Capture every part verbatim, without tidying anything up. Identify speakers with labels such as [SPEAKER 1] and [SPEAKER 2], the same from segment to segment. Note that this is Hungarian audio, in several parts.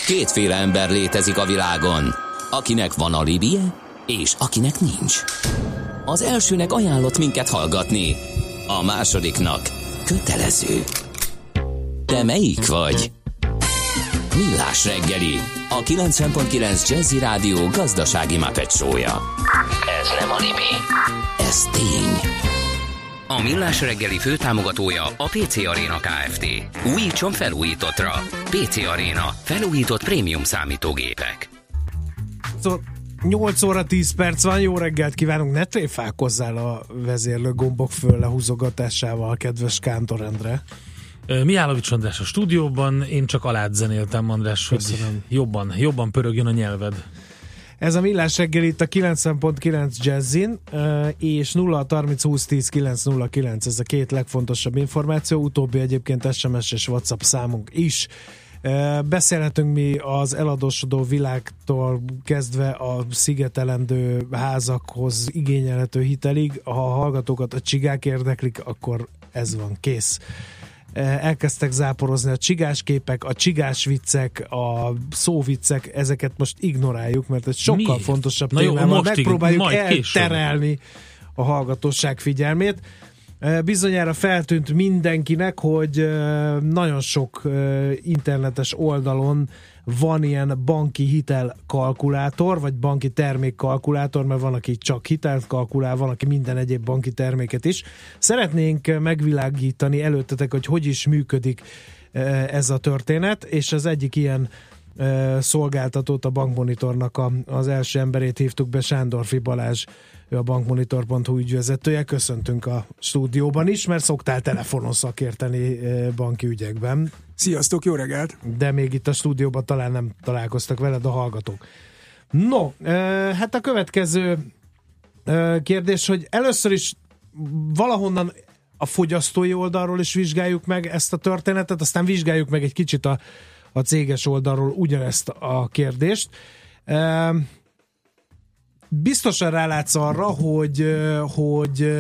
[SPEAKER 1] Kétféle ember létezik a világon, akinek van alibije, és akinek nincs. Az elsőnek ajánlott minket hallgatni, a másodiknak kötelező. Te melyik vagy? Millás reggeli, a kilencven pont kilenc Jazzy Rádió gazdasági Muppet show-ja. Ez nem anime, ez tény. A Millás reggeli főtámogatója a pé cé Arena Kft. Újítson felújítottra. pé cé Arena. Felújított prémium számítógépek.
[SPEAKER 2] nyolc óra tíz perc van, jó reggelt kívánunk, ne tréfálkozzál a vezérlő gombok föl lehúzogatásával, kedves Kántor Endre.
[SPEAKER 3] Mihálovics András a stúdióban, én csak alád zenéltem, András, hogy jobban, jobban pörögjön a nyelved.
[SPEAKER 2] Ez a Millás reggel itt a kilencven pont kilenc Jazzin, és nulla harminc húsz tíz kilenc nulla kilenc, ez a két legfontosabb információ, utóbbi egyébként es em es és WhatsApp számunk is. Beszélhetünk mi az eladósodó világtól kezdve a szigetelendő házakhoz igényelhető hitelig. Ha a hallgatókat a csigák érdeklik, akkor ez van, kész. Elkezdtek záporozni a csigás képek, a csigás viccek, a szóviccek, ezeket most ignoráljuk, mert egy sokkal Miért? fontosabb Na témával jó, megpróbáljuk elterelni a hallgatóság figyelmét. Bizonyára feltűnt mindenkinek, hogy nagyon sok internetes oldalon van ilyen banki hitelkalkulátor, vagy banki termékkalkulátor, mert van, aki csak hitelt kalkulál, van, aki minden egyéb banki terméket is. Szeretnénk megvilágítani előttetek, hogy hogy is működik ez a történet, és az egyik ilyen szolgáltatót, a Bankmonitornak a, az első emberét hívtuk be, Sándorfi Balázs, ő a bankmonitor pont hu ügyvezetője. Köszöntünk a stúdióban is, mert szoktál telefonon szakérteni banki ügyekben.
[SPEAKER 4] Sziasztok, jó reggelt!
[SPEAKER 2] De még itt a stúdióban talán nem találkoztak veled a hallgatók. No, hát a következő kérdés, hogy először is valahonnan a fogyasztói oldalról is vizsgáljuk meg ezt a történetet, aztán vizsgáljuk meg egy kicsit a, a céges oldalról ugyanezt a kérdést. Biztosan rálátsz arra, hogy, hogy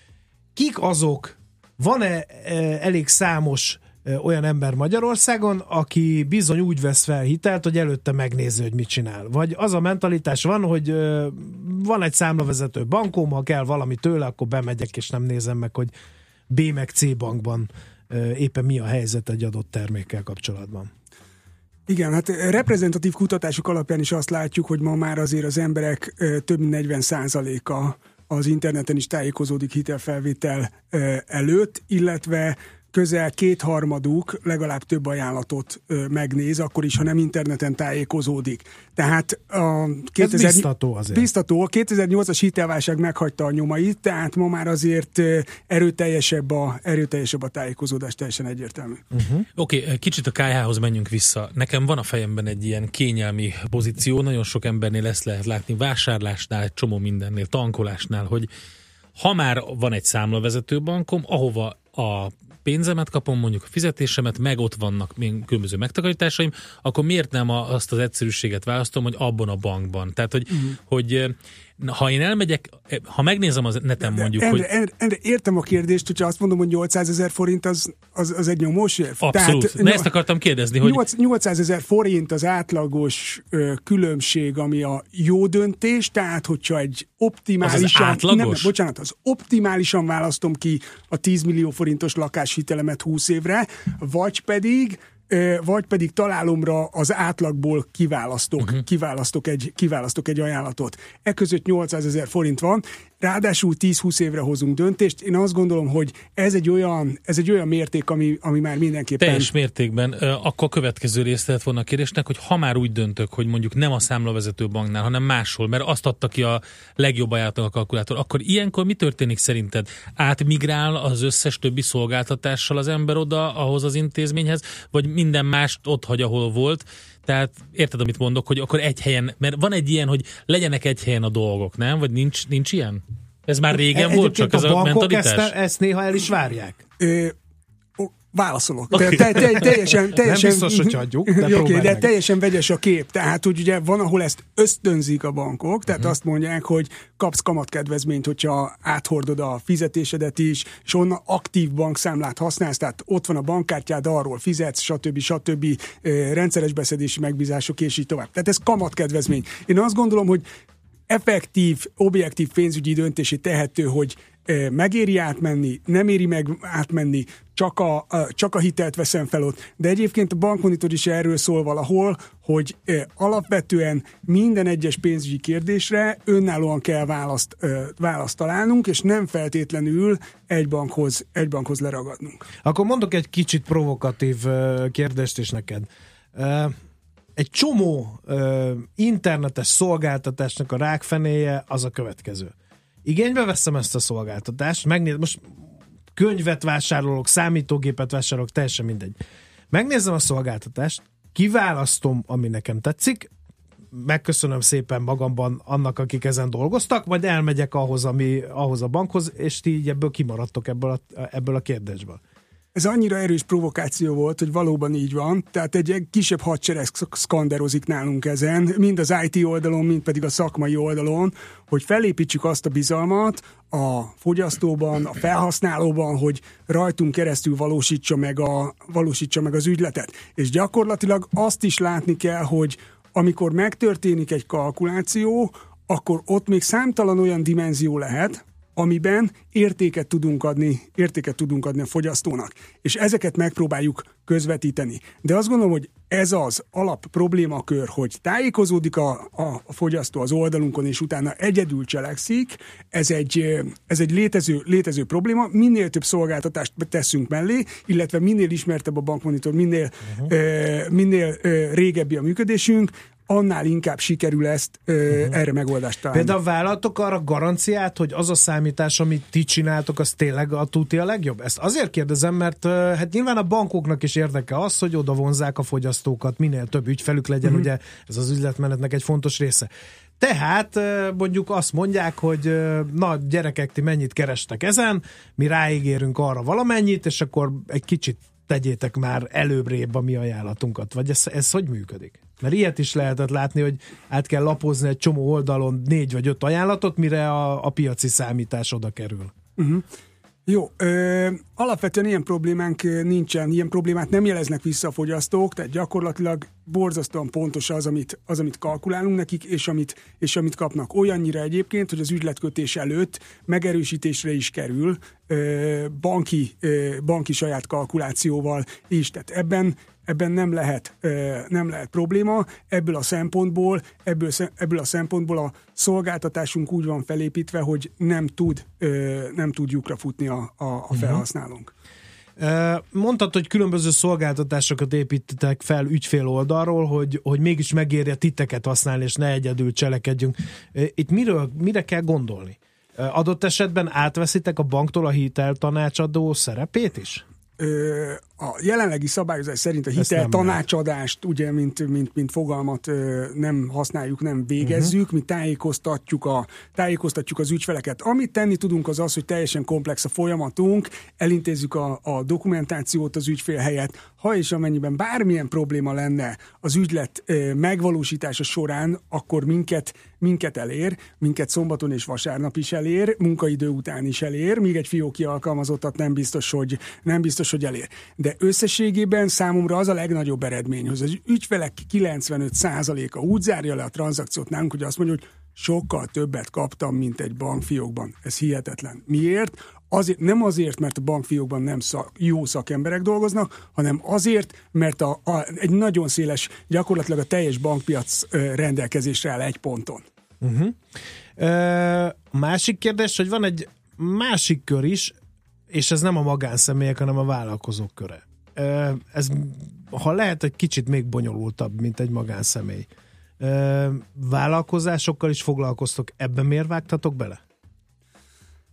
[SPEAKER 2] kik azok, van-e elég számos olyan ember Magyarországon, aki bizony úgy vesz fel hitelt, hogy előtte megnézi, hogy mit csinál. Vagy az a mentalitás van, hogy van egy számlavezető bankom, ha kell valami tőle, akkor bemegyek és nem nézem meg, hogy B meg C bankban éppen mi a helyzet egy adott termékkel kapcsolatban.
[SPEAKER 4] Igen, hát reprezentatív kutatások alapján is azt látjuk, hogy ma már azért az emberek több mint negyven százaléka az interneten is tájékozódik hitelfelvétel előtt, illetve közel kétharmaduk legalább több ajánlatot ö, megnéz, akkor is, ha nem interneten tájékozódik. Tehát a kétezer...
[SPEAKER 2] biztató azért.
[SPEAKER 4] Biztató. A kétezer-nyolcas hitelválság meghagyta a nyomait, tehát ma már azért ö, erőteljesebb a, erőteljesebb a tájékozódás, teljesen egyértelmű.
[SPEAKER 3] Uh-huh. Oké, okay, kicsit a ká há hoz menjünk vissza. Nekem van a fejemben egy ilyen kényelmi pozíció, nagyon sok embernél ezt lehet látni, vásárlásnál, egy csomó mindennél, tankolásnál, hogy ha már van egy számlavezető bankom, ahova a pénzemet kapom, mondjuk a fizetésemet, meg ott vannak még különböző megtakarításaim, akkor miért nem a, azt az egyszerűséget választom, hogy abban a bankban? Tehát, hogy, uh-huh. hogy ha én elmegyek, ha megnézem az neten mondjuk,
[SPEAKER 4] de,
[SPEAKER 3] hogy...
[SPEAKER 4] Endre, Endre, értem a kérdést, hogyha azt mondom, hogy nyolcszázezer forint az, az, az egy nyomós év.
[SPEAKER 3] Abszolút. Tehát, ezt akartam kérdezni, hogy...
[SPEAKER 4] nyolcszázezer forint az átlagos ö, különbség, ami a jó döntés, tehát hogyha egy optimálisan...
[SPEAKER 3] Az az átlagos?
[SPEAKER 4] Nem, nem, bocsánat, az optimálisan választom ki a tíz millió forintos lakáshitelemet húsz évre, vagy pedig vagy pedig találomra az átlagból kiválasztok, uh-huh. kiválasztok, egy, kiválasztok egy ajánlatot. E között nyolcszázezer forint van, ráadásul tíz-húsz évre hozunk döntést. Én azt gondolom, hogy ez egy olyan, ez egy olyan mérték, ami, ami már mindenképpen...
[SPEAKER 3] Teljes mértékben. Akkor a következő rész lett volna a kérdésnek, hogy ha már úgy döntök, hogy mondjuk nem a számlavezető banknál, hanem máshol, mert azt adta ki a legjobb ajánlatot a kalkulátor, akkor ilyenkor mi történik szerinted? Átmigrál az összes többi szolgáltatással az ember oda, ahhoz az intézményhez, vagy minden mást ott hagy, ahol volt? Tehát érted, amit mondok, hogy akkor egy helyen, mert van egy ilyen, hogy legyenek egy helyen a dolgok, nem? Vagy nincs, nincs ilyen? Ez már régen e, volt, csak ez a, a mentalitás?
[SPEAKER 2] Ezt, ezt néha el is várják.
[SPEAKER 4] Ö, Válaszolok.
[SPEAKER 3] Okay.
[SPEAKER 4] Te, te, teljesen, teljesen,
[SPEAKER 2] nem biztos, hogy hagyjuk, de,
[SPEAKER 4] okay, de
[SPEAKER 2] meg.
[SPEAKER 4] teljesen vegyes a kép. Tehát, hogy ugye van, ahol ezt ösztönzik a bankok, tehát uh-huh. azt mondják, hogy kapsz kamatkedvezményt, hogyha áthordod a fizetésedet is, és onnan aktív bankszámlát használsz, tehát ott van a bankkártyád, arról fizetsz, stb. stb. Rendszeres beszedési megbízások, és így tovább. Tehát ez kamatkedvezmény. Én azt gondolom, hogy effektív, objektív pénzügyi döntésé tehető, hogy megéri átmenni, nem éri meg átmenni, csak a, csak a hitelt veszem fel ott. De egyébként a Bankmonitor is erről szól valahol, hogy alapvetően minden egyes pénzügyi kérdésre önállóan kell választ, választ találnunk, és nem feltétlenül egy bankhoz, egy bankhoz leragadnunk.
[SPEAKER 2] Akkor mondok egy kicsit provokatív kérdést is neked. Egy csomó internetes szolgáltatásnak a rákfenéje az a következő. Igénybe veszem ezt a szolgáltatást, megnézem, most könyvet vásárolok, számítógépet vásárolok, teljesen mindegy. Megnézem a szolgáltatást, kiválasztom, ami nekem tetszik, megköszönöm szépen magamban annak, akik ezen dolgoztak, majd elmegyek ahhoz, ami, ahhoz a bankhoz, és ti így ebből kimaradtok ebből a, ebből a kérdésből.
[SPEAKER 4] Ez annyira erős provokáció volt, hogy valóban így van, tehát egy kisebb hadsereg szkanderozik nálunk ezen, mind az i té oldalon, mind pedig a szakmai oldalon, hogy felépítsük azt a bizalmat a fogyasztóban, a felhasználóban, hogy rajtunk keresztül valósítsa meg, a, valósítsa meg az ügyletet. És gyakorlatilag azt is látni kell, hogy amikor megtörténik egy kalkuláció, akkor ott még számtalan olyan dimenzió lehet, amiben értéket tudunk adni, értéket tudunk adni a fogyasztónak. És ezeket megpróbáljuk közvetíteni. De azt gondolom, hogy ez az alap problémakör, hogy tájékozódik a, a, a fogyasztó az oldalunkon, és utána egyedül cselekszik, ez egy, ez egy létező, létező probléma. Minél több szolgáltatást teszünk mellé, illetve minél ismertebb a Bankmonitor, minél, uh-huh. uh, minél uh, régebbi a működésünk, annál inkább sikerül ezt ö, uh-huh. erre megoldást találni.
[SPEAKER 2] Például vállaltok arra garanciát, hogy az a számítás, amit ti csináltok, az tényleg a tuti a legjobb? Ezt azért kérdezem, mert hát nyilván a bankoknak is érdeke az, hogy oda vonzzák a fogyasztókat, minél több ügyfelük legyen, uh-huh. ugye ez az üzletmenetnek egy fontos része. Tehát mondjuk azt mondják, hogy na gyerekek, ti mennyit kerestek ezen, mi ráígérünk arra valamennyit, és akkor egy kicsit tegyétek már előbrébb a mi ajánlatunkat. Vagy ez, ez hogy működik? Mert ilyet is lehetett látni, hogy át kell lapozni egy csomó oldalon négy vagy öt ajánlatot, mire a, a piaci számítás oda kerül.
[SPEAKER 4] Uh-huh. Jó, ö, alapvetően ilyen problémánk nincsen, ilyen problémát nem jeleznek vissza a fogyasztók, tehát gyakorlatilag borzasztóan pontos az, amit, az, amit kalkulálunk nekik, és amit, és amit kapnak. Olyannyira egyébként, hogy az ügyletkötés előtt megerősítésre is kerül, ö, banki, ö, banki saját kalkulációval is, tehát ebben Ebben nem lehet, nem lehet probléma, ebből a szempontból, ebből, ebből a szempontból a szolgáltatásunk úgy van felépítve, hogy nem tud, nem tud lyukra futni a, a, a felhasználónk.
[SPEAKER 2] Mondtad, hogy különböző szolgáltatásokat építetek fel ügyfél oldalról, hogy, hogy mégis megérje titeket használni, és ne egyedül cselekedjünk. Itt miről, mire kell gondolni? Adott esetben átveszitek a banktól a hiteltanácsadó szerepét is?
[SPEAKER 4] A jelenlegi szabályozás szerint a hitel tanácsadást, ugye, mint, mint, mint fogalmat nem használjuk, nem végezzük, uh-huh. mi tájékoztatjuk, a, tájékoztatjuk az ügyfeleket. Amit tenni tudunk az az, hogy teljesen komplex a folyamatunk, elintézzük a, a dokumentációt az ügyfél helyett, ha és amennyiben bármilyen probléma lenne az ügylet megvalósítása során, akkor minket, minket elér, minket szombaton és vasárnap is elér, munkaidő után is elér, míg egy fióki alkalmazottat nem biztos, hogy, nem biztos, hogy elér. De összességében számomra az a legnagyobb eredmény, hogy az ügyfelek kilencvenöt százaléka úgy zárja le a tranzakciót nálunk, hogy azt mondja, hogy sokkal többet kaptam, mint egy bankfiókban. Ez hihetetlen. Miért? Azért, nem azért, mert a bankfiókban nem szak, jó szakemberek dolgoznak, hanem azért, mert a, a, egy nagyon széles, gyakorlatilag a teljes bankpiac ö, rendelkezésre áll egy ponton.
[SPEAKER 2] Uh-huh. Ö, másik kérdés, hogy van egy másik kör is, és ez nem a magánszemélyek, hanem a vállalkozók köre. Ez, ha lehet, egy kicsit még bonyolultabb, mint egy magánszemély. Vállalkozásokkal is foglalkoztok, ebben miért vágtatok bele?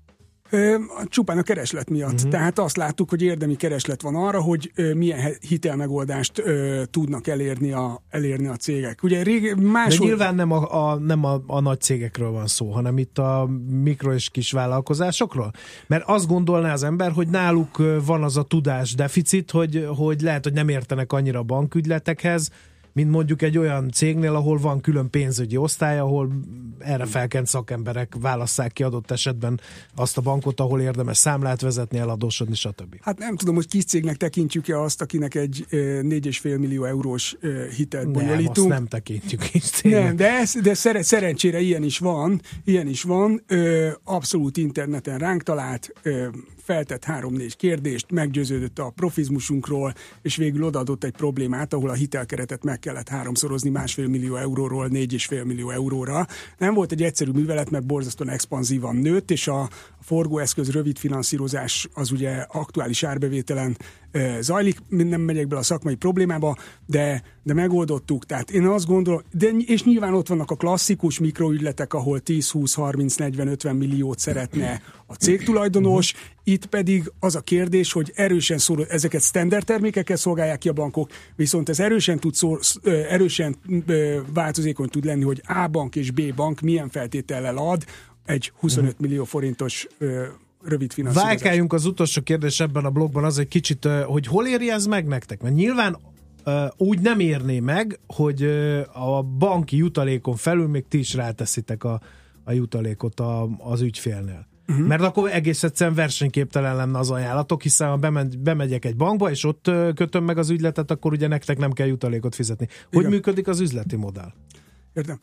[SPEAKER 4] Csupán a kereslet miatt. Uh-huh. Tehát azt láttuk, hogy érdemi kereslet van arra, hogy milyen hitelmegoldást tudnak elérni a, elérni a cégek. Ugye rég, máshol...
[SPEAKER 2] De nyilván nem, a, a, nem a, a nagy cégekről van szó, hanem itt a mikro- és kis vállalkozásokról. Mert azt gondolná az ember, hogy náluk van az a tudásdeficit, hogy, hogy lehet, hogy nem értenek annyira a bankügyletekhez, mint mondjuk egy olyan cégnél, ahol van külön pénzügyi osztály, ahol erre felkent szakemberek válasszák ki adott esetben azt a bankot, ahol érdemes számlát vezetni, eladósodni, stb.
[SPEAKER 4] Hát nem tudom, hogy kis cégnek tekintjük-e azt, akinek egy négy és fél millió eurós hitelt bonyolítunk.
[SPEAKER 2] Nem, azt nem tekintjük kis cégnek.
[SPEAKER 4] Nem, de, ez, de szere, szerencsére ilyen is van, ilyen is van. Ö, abszolút interneten ránk talált, ö, feltett három-négy kérdést, meggyőződött a profizmusunkról, és végül odaadott egy problémát, ahol a hitelkeretet meg kellett háromszorozni másfél millió euróról négy és fél millió euróra. Nem volt egy egyszerű művelet, mert borzasztóan expanzívan nőtt, és a forgóeszköz rövid finanszírozás az ugye aktuális árbevételen e, zajlik. Nem megyek bele a szakmai problémába, de, de megoldottuk. Tehát én azt gondolom, de, és nyilván ott vannak a klasszikus mikroügyletek, ahol tíz, húsz, harminc, negyven, ötven milliót szeretne a cégtulajdonos. Itt pedig az a kérdés, hogy erősen szól, ezeket standard termékekkel szolgálják ki a bankok, viszont ez erősen tud szól, erősen változékony tud lenni, hogy A bank és B bank milyen feltétellel ad egy huszonöt millió forintos rövid finanszírozás.
[SPEAKER 2] Vájkáljunk az utolsó kérdés ebben a blogban az egy kicsit, hogy hol éri ez meg nektek? Mert nyilván úgy nem érné meg, hogy a banki jutalékon felül még ti is ráteszitek a, a jutalékot a, az ügyfélnél. Uh-huh. Mert akkor egész egyszerűen versenyképtelen lenne az ajánlatok, hiszen ha bemegy, bemegyek egy bankba, és ott kötöm meg az ügyletet, akkor ugye nektek nem kell jutalékot fizetni. Hogy igen. Működik az üzleti modell?
[SPEAKER 4] Értem.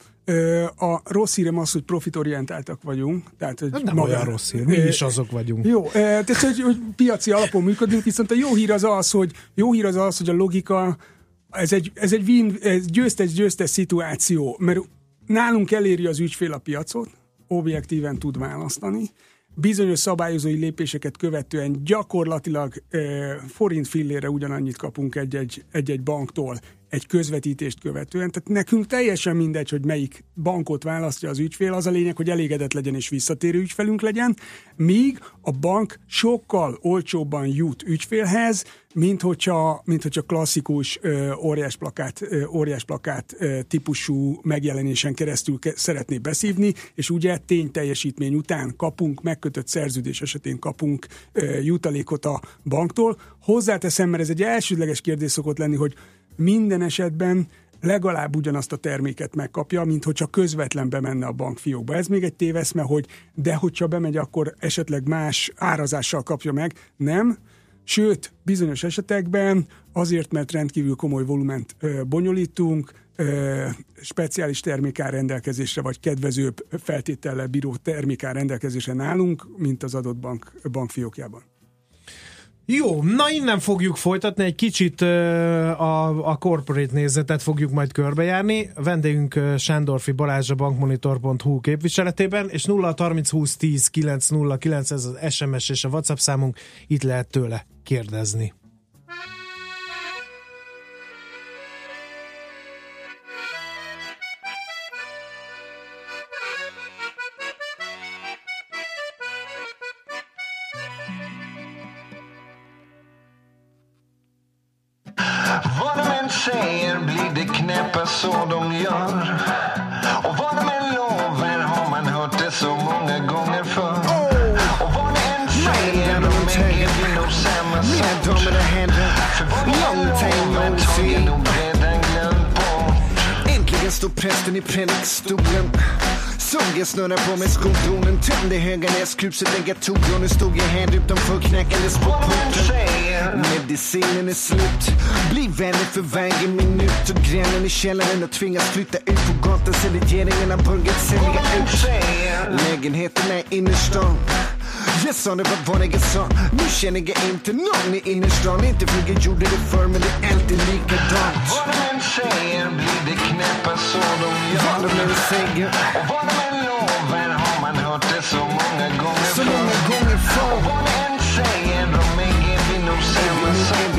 [SPEAKER 4] A rossz hírem az, hogy profitorientáltak vagyunk. Tehát, hogy
[SPEAKER 2] nem maga... olyan rossz hír, mi is azok vagyunk.
[SPEAKER 4] Jó, tehát hogy, hogy piaci alapon működünk, viszont a jó hír az az, hogy, jó hír az, az, hogy a logika, ez egy, ez egy win, ez győztes-győztes szituáció, mert nálunk eléri az ügyfél a piacot, objektíven tud választani, bizonyos szabályozói lépéseket követően gyakorlatilag e, forint fillére ugyanannyit kapunk egy-egy, egy-egy banktól egy közvetítést követően. Tehát nekünk teljesen mindegy, hogy melyik bankot választja az ügyfél, az a lényeg, hogy elégedett legyen és visszatérő ügyfelünk legyen, míg a bank sokkal olcsóbban jut ügyfélhez, mint hogyha, mint hogyha klasszikus ö, óriásplakát, ö, óriásplakát ö, típusú megjelenésen keresztül ke- szeretné beszívni, és ugye tényteljesítmény után kapunk, megkötött szerződés esetén kapunk ö, jutalékot a banktól. Hozzáteszem, mert ez egy elsődleges kérdés szokott lenni, hogy minden esetben legalább ugyanazt a terméket megkapja, mint hogyha közvetlen bemenne a bankfiókba. Ez még egy téveszme, hogy de hogyha bemegy, akkor esetleg más árazással kapja meg. Nem. Sőt, bizonyos esetekben azért, mert rendkívül komoly volument ö, bonyolítunk, ö, speciális termékár rendelkezésre, vagy kedvezőbb feltétellel bíró termékár rendelkezésre nálunk, mint az adott bank, bankfiókjában.
[SPEAKER 2] Jó, na innen fogjuk folytatni, egy kicsit uh, a, a corporate nézetet fogjuk majd körbejárni. Vendégünk uh, Sándorfi Balázs, a bankmonitor pont hu képviseletében, és nulla harminc húsz tíz kilenc nulla kilenc ez az es em es és a WhatsApp számunk, itt lehet tőle kérdezni.
[SPEAKER 5] Säger blir det knäppa så de gör. Och vad de än lovar har man hört det så många gånger förr. Och vad de än säger de äger blir nog samma sort. För vad de än lovar tar nog redan glömt bort.
[SPEAKER 6] Äntligen står prästen i predikstolen. Såg jag snurra på med skodronen. Tömde höga näskruset, lägga tog. Och nu stod jag här utanför knäckandes på porten. Medicinen är slut. Bli vänner för varje minut. Och grannen i källaren och tvingas flytta ut på gatan. Så regeringen har börjat sälja ut lägenheterna i innerstan. Jag sa det var vad jag sa. Nu känner jag inte någon i innerstan. Inte för jag gjorde det för, men det är alltid likadant.
[SPEAKER 5] Vad de än säger blir det knäppa så de gör.
[SPEAKER 6] Vad de än säger.
[SPEAKER 5] Och vad de än lovar har man hört det så många gånger
[SPEAKER 6] Så många gånger förr.
[SPEAKER 5] Och vad de än säger de äger vi nog samma sort.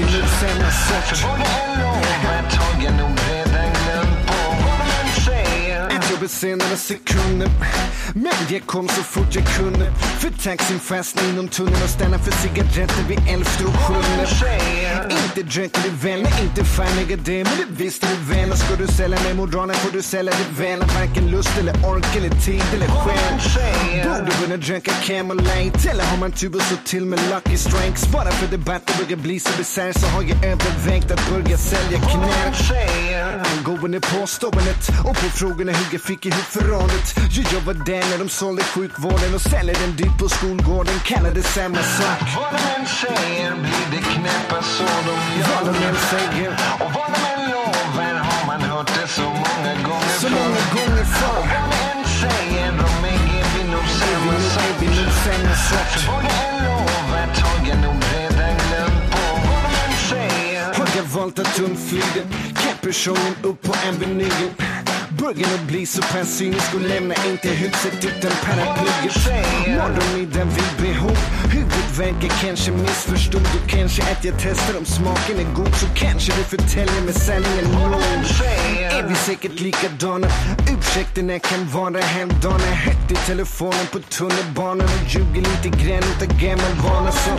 [SPEAKER 5] För vad de än lovar tar jag nog redan glömt på. Vad de än säger.
[SPEAKER 6] Att jag se några sekunder. Men jag kom så fort jag kunde. För taxin fastnade inom tunneln och stannade för cigaretter vid elfte och sjunde. Inte dricker du väl, nej inte fan jag det. Men det visste du väl. Och ska du sälja med moralen får du sälja det väl. Varken lust eller ork eller tid eller själ. Borde kunna dricka Camel Light. Eller har man tuber så till med Lucky Strikes. Bara för debatten börjar bli så besär så har jag övervägt att börja sälja knä. Angående påståendet och på frågorna hur jag fick ihop förrådet. Jo, jag var där när de sålde sjukvården och säljer den dyrt på skolgården. Kallar det samma sak.
[SPEAKER 5] Vad de än säger blir det knäppa så de gör.
[SPEAKER 6] Vad de än säger
[SPEAKER 5] och vad de än lovar har man hört det så många gånger
[SPEAKER 6] så många gånger förr.
[SPEAKER 5] Och vad de än säger de är vi nog samma sak.
[SPEAKER 6] Vi nog samma sak.
[SPEAKER 5] Vad de än lovar tar jag nog redan glömt på. Vad de än säger
[SPEAKER 6] har jag valt att undflyga. Personen upp på avenyn. Börjar att bli så pass cynisk och lämna inte huset utan paraplyet. Morgonmiddag vid behov. Huvudvärken kanske missförstod. Och kanske att jag testar om smaken är god. Så kanske du förtäljer mig sanningen nog. Är vi säkert likadana. Ursäkterna kan vara hemdana. Hett i telefonen på tunnelbanan. Och ljuger lite grann utav gammal vana. Så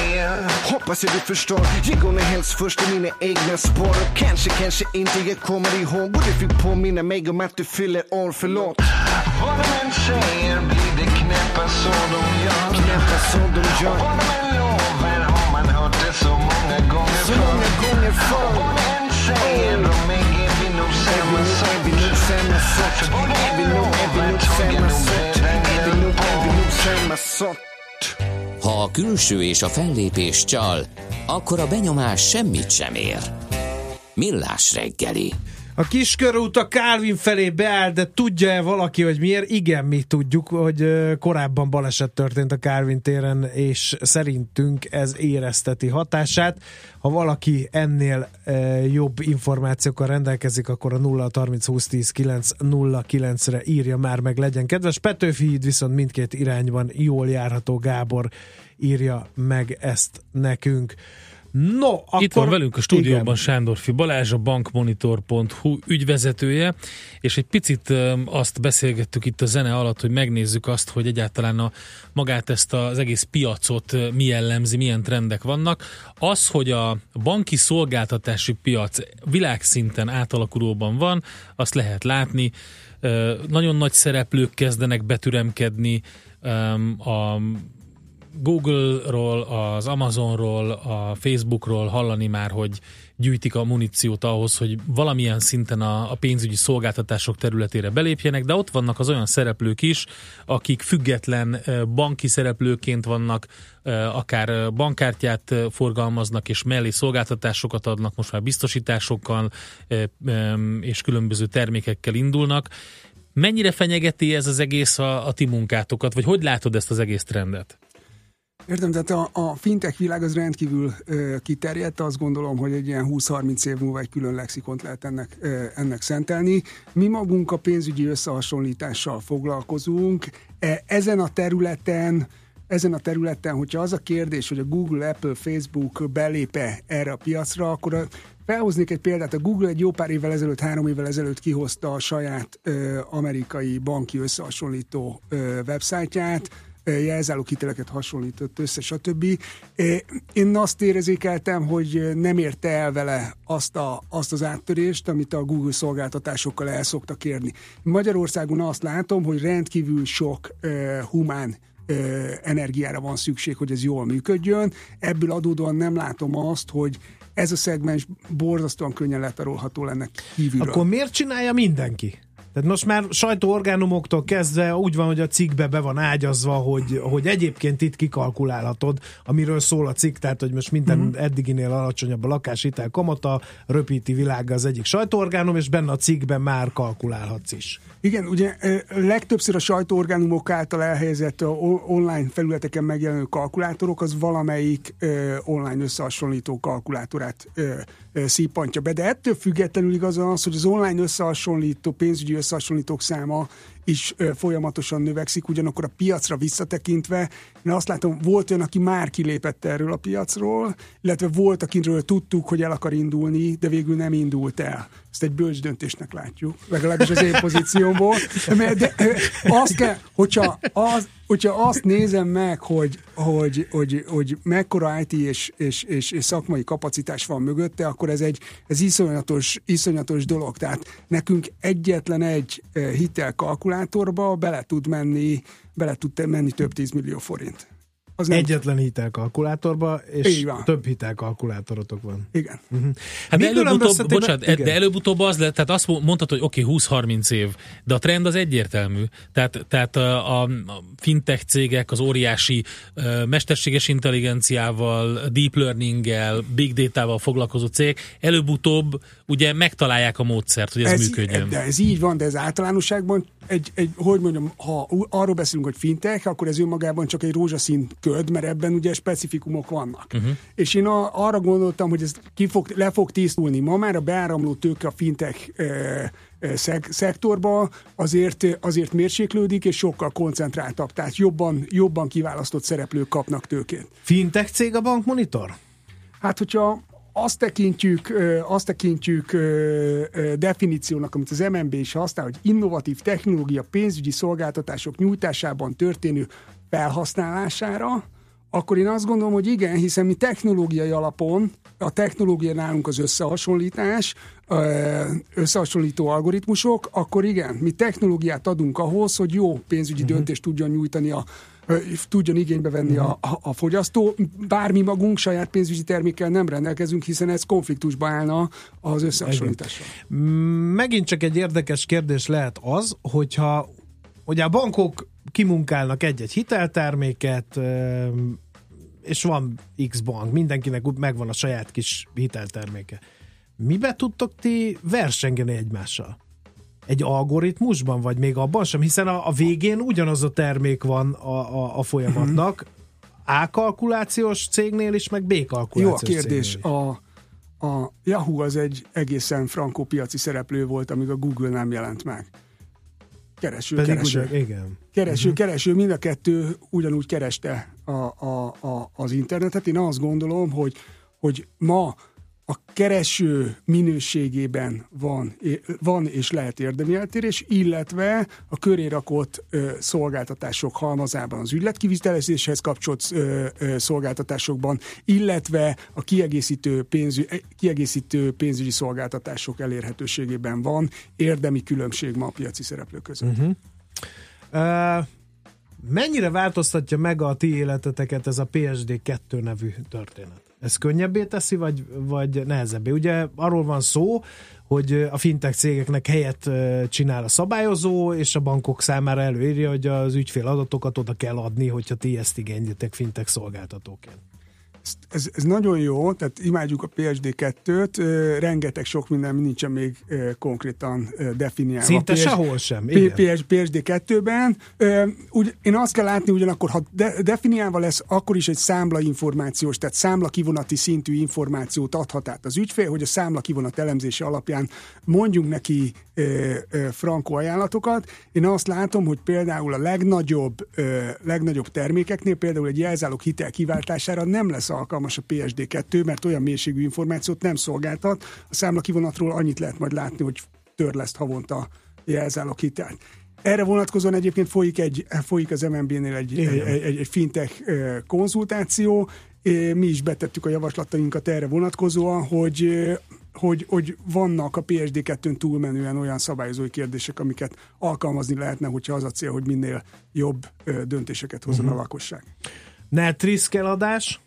[SPEAKER 6] hoppas jag du förstår. Jag går nog helst först i mina egna spår. Och kanske, kanske inte jag kommer ihåg. Och du fick påminna mig om att du fyller år, förlåt.
[SPEAKER 5] Vad de än säger blir det knäppa så de gör.
[SPEAKER 6] Knäppa så de gör.
[SPEAKER 5] Och vad de än lovar har man hört det så många gånger
[SPEAKER 6] så många gånger förr.
[SPEAKER 5] Och vad de än säger de är vi nog samma sak.
[SPEAKER 6] Är vi nog samma sak. Är vi nog, är vi nog samma sak. Är vi nog, är vi nog samma sak.
[SPEAKER 1] Ha a külső és a fellépés csal, akkor a benyomás semmit sem ér. Millás reggeli.
[SPEAKER 2] A Kiskörút a Kálvin felé beáll, de tudja-e valaki, hogy miért? Igen, mi tudjuk, hogy korábban baleset történt a Kálvin téren, és szerintünk ez érezteti hatását. Ha valaki ennél e, jobb információkkal rendelkezik, akkor a nulla harminc húsz tíz kilenc nulla kilencre írja már meg, legyen kedves. Petőfi híd viszont mindkét irányban jól járható. Gábor írja meg ezt nekünk. No, akkor...
[SPEAKER 3] Itt van velünk a stúdióban
[SPEAKER 2] igen.
[SPEAKER 3] Sándorfi Balázs, a bankmonitor pont hu ügyvezetője, és egy picit azt beszélgettük itt a zene alatt, hogy megnézzük azt, hogy egyáltalán a, magát ezt az egész piacot mi jellemzi, milyen trendek vannak. Az, hogy a banki szolgáltatási piac világszinten átalakulóban van, azt lehet látni. Nagyon nagy szereplők kezdenek betüremkedni, a Google-ról, az Amazonról, a Facebookról hallani már, hogy gyűjtik a muníciót ahhoz, hogy valamilyen szinten a, a pénzügyi szolgáltatások területére belépjenek, de ott vannak az olyan szereplők is, akik független banki szereplőként vannak, akár bankkártyát forgalmaznak, és mellé szolgáltatásokat adnak, most már biztosításokkal és különböző termékekkel indulnak. Mennyire fenyegeti ez az egész a, a ti munkátokat, vagy hogy látod ezt az egész trendet?
[SPEAKER 4] Értem, tehát a, a fintech világ az rendkívül ö, kiterjedt, azt gondolom, hogy egy ilyen húsz-harminc év múlva egy külön lexikont lehet ennek, ö, ennek szentelni. Mi magunk a pénzügyi összehasonlítással foglalkozunk. E, ezen a területen, ezen a területen, hogyha az a kérdés, hogy a Google, Apple, Facebook belépe erre a piacra, akkor a, felhoznék egy példát. A Google egy jó pár évvel ezelőtt, három évvel ezelőtt kihozta a saját ö, amerikai banki összehasonlító ö, websájtját, jelzáloghiteleket hasonlított össze, stb. Én azt érzékeltem, hogy nem érte el vele azt, a, azt az áttörést, amit a Google szolgáltatásokkal el szoktak érni. Magyarországon azt látom, hogy rendkívül sok uh, humán uh, energiára van szükség, hogy ez jól működjön. Ebből adódóan nem látom azt, hogy ez a szegmens borzasztóan könnyen letarolható lenne kívülről.
[SPEAKER 2] Akkor miért csinálja mindenki? Tehát most már sajtóorgánumoktól kezdve úgy van, hogy a cikkbe be van ágyazva, hogy, hogy egyébként itt kikalkulálhatod, amiről szól a cikk, tehát hogy most minden mm-hmm. eddiginél alacsonyabb a lakáshitel kamata, röpíti világa az egyik sajtóorgánum, és benne a cikkben már kalkulálhatsz is.
[SPEAKER 4] Igen, ugye legtöbbször a sajtóorgánumok által elhelyezett online felületeken megjelenő kalkulátorok, az valamelyik online összehasonlító kalkulátorát szíppantja be, de ettől függetlenül igaz az, hogy az online összehasonlító, pénzügyi összehasonlítók száma is folyamatosan növekszik, ugyanakkor a piacra visszatekintve, én azt látom, volt olyan, aki már kilépett erről a piacról, illetve volt, akiről tudtuk, hogy el akar indulni, de végül nem indult el. Ezt egy bölcs döntésnek látjuk, legalábbis az én pozíciómból. De, de azt kell, hogyha, az, hogyha azt nézem meg, hogy, hogy, hogy, hogy mekkora í té és, és, és, és szakmai kapacitás van mögötte, akkor ez egy ez iszonyatos, iszonyatos dolog. Tehát nekünk egyetlen egy hitelkalkulátorba bele tud menni, bele tud menni több tízmillió forint.
[SPEAKER 2] Az egyetlen hitelkalkulátorba, és több hitelkalkulátorotok van.
[SPEAKER 4] Igen.
[SPEAKER 2] Uh-huh.
[SPEAKER 3] Hát de előbb-utóbb, bocsánat, igen. de előbb-utóbb az lett, tehát azt mondtad, hogy oké, okay, húsz-harminc év, de a trend az egyértelmű. Tehát, tehát a, a fintech cégek az óriási uh, mesterséges intelligenciával, deep learninggel, big datával foglalkozó cégek előbb-utóbb ugye megtalálják a módszert, hogy ez, ez működjön.
[SPEAKER 4] De ez így van, de ez általánosságban egy, egy, hogy mondjam, ha arról beszélünk, hogy fintech, akkor ez önmagában csak egy rózsaszín köd, mert ebben ugye specifikumok vannak. Uh-huh. És én a, arra gondoltam, hogy ez ki fog, le fog tisztulni. Ma már a beáramló tőke a fintech e, e, szek, szektorba azért, azért mérséklődik, és sokkal koncentráltabb, tehát jobban, jobban kiválasztott szereplők kapnak tőkét.
[SPEAKER 2] Fintech cég a Bankmonitor?
[SPEAKER 4] Hát, hogyha azt tekintjük, azt tekintjük definíciónak, amit az em en bé is használ, hogy innovatív technológia pénzügyi szolgáltatások nyújtásában történő felhasználására, akkor én azt gondolom, hogy igen, hiszen mi technológiai alapon, a technológia nálunk az összehasonlítás, összehasonlító algoritmusok, akkor igen, mi technológiát adunk ahhoz, hogy jó pénzügyi uh-huh. döntést tudjon nyújtani a tudjon igénybe venni a, a, a fogyasztó. Bármi magunk saját pénzügyi termékkel nem rendelkezünk, hiszen ez konfliktusba állna az összehasonlítással.
[SPEAKER 2] Megint csak egy érdekes kérdés lehet az, hogyha ugye a bankok kimunkálnak egy-egy hitelterméket, és van X bank, mindenkinek megvan a saját kis hitelterméke. Mibe tudtok ti versengeni egymással? Egy algoritmusban, vagy még abban sem, hiszen a, a végén ugyanaz a termék van a, a, a folyamatnak. A kalkulációs cégnél is, meg B kalkulációs
[SPEAKER 4] cégnél. Jó a kérdés. A, a Yahoo az egy egészen frankó piaci szereplő volt, amíg a Google nem jelent meg. Kereső,
[SPEAKER 2] Pedig
[SPEAKER 4] kereső.
[SPEAKER 2] Ugye, igen.
[SPEAKER 4] Kereső,
[SPEAKER 2] uh-huh.
[SPEAKER 4] kereső, mind a kettő ugyanúgy kereste a, a, a, az internetet. Én azt gondolom, hogy, hogy ma a kereső minőségében van, van és lehet érdemi eltérés, illetve a köré rakott ö, szolgáltatások halmazában az ügyletkivitelezéshez kapcsolt ö, ö, szolgáltatásokban, illetve a kiegészítő, pénzü, kiegészítő pénzügyi szolgáltatások elérhetőségében van érdemi különbség ma a piaci szereplők között.
[SPEAKER 2] Uh-huh. Uh, mennyire változtatja meg a ti életeteket ez a pé es dé kettő nevű történet? Ez könnyebbé teszi, vagy, vagy nehezebbé? Ugye arról van szó, hogy a fintech cégeknek helyet csinál a szabályozó, és a bankok számára előírja, hogy az ügyfél adatokat oda kell adni, hogyha ti ezt igénylitek fintech szolgáltatóként.
[SPEAKER 4] Ez, ez nagyon jó, tehát imádjuk a pé es dé kettőt, rengeteg sok minden nincsen még konkrétan definiálva.
[SPEAKER 2] Szinte
[SPEAKER 4] P S,
[SPEAKER 2] sehol sem.
[SPEAKER 4] pé es dé kettőben. Úgy, én azt kell látni, ugyanakkor, ha de, definiálva lesz, akkor is egy számlainformációs, tehát számlakivonati szintű információt adhat át az ügyfél, hogy a számlakivonat elemzése alapján mondjunk neki ö, ö, frankó ajánlatokat. Én azt látom, hogy például a legnagyobb, ö, legnagyobb termékeknél, például egy jelzálog hitel kiváltására nem lesz alkalmas a pé es dé kettő, mert olyan mélységű információt nem szolgáltat. A számlakivonatról annyit lehet majd látni, hogy törleszt havonta jelzálog hitelt. Erre vonatkozóan egyébként folyik, egy, folyik az em en bé-nél egy, egy, egy, egy fintech konzultáció. Mi is betettük a javaslatainkat erre vonatkozóan, hogy, hogy, hogy vannak a pé es dé kettőn túlmenően olyan szabályozói kérdések, amiket alkalmazni lehetne, hogyha az a cél, hogy minél jobb döntéseket hozzon uh-huh. a lakosság.
[SPEAKER 2] NetRisk eladás?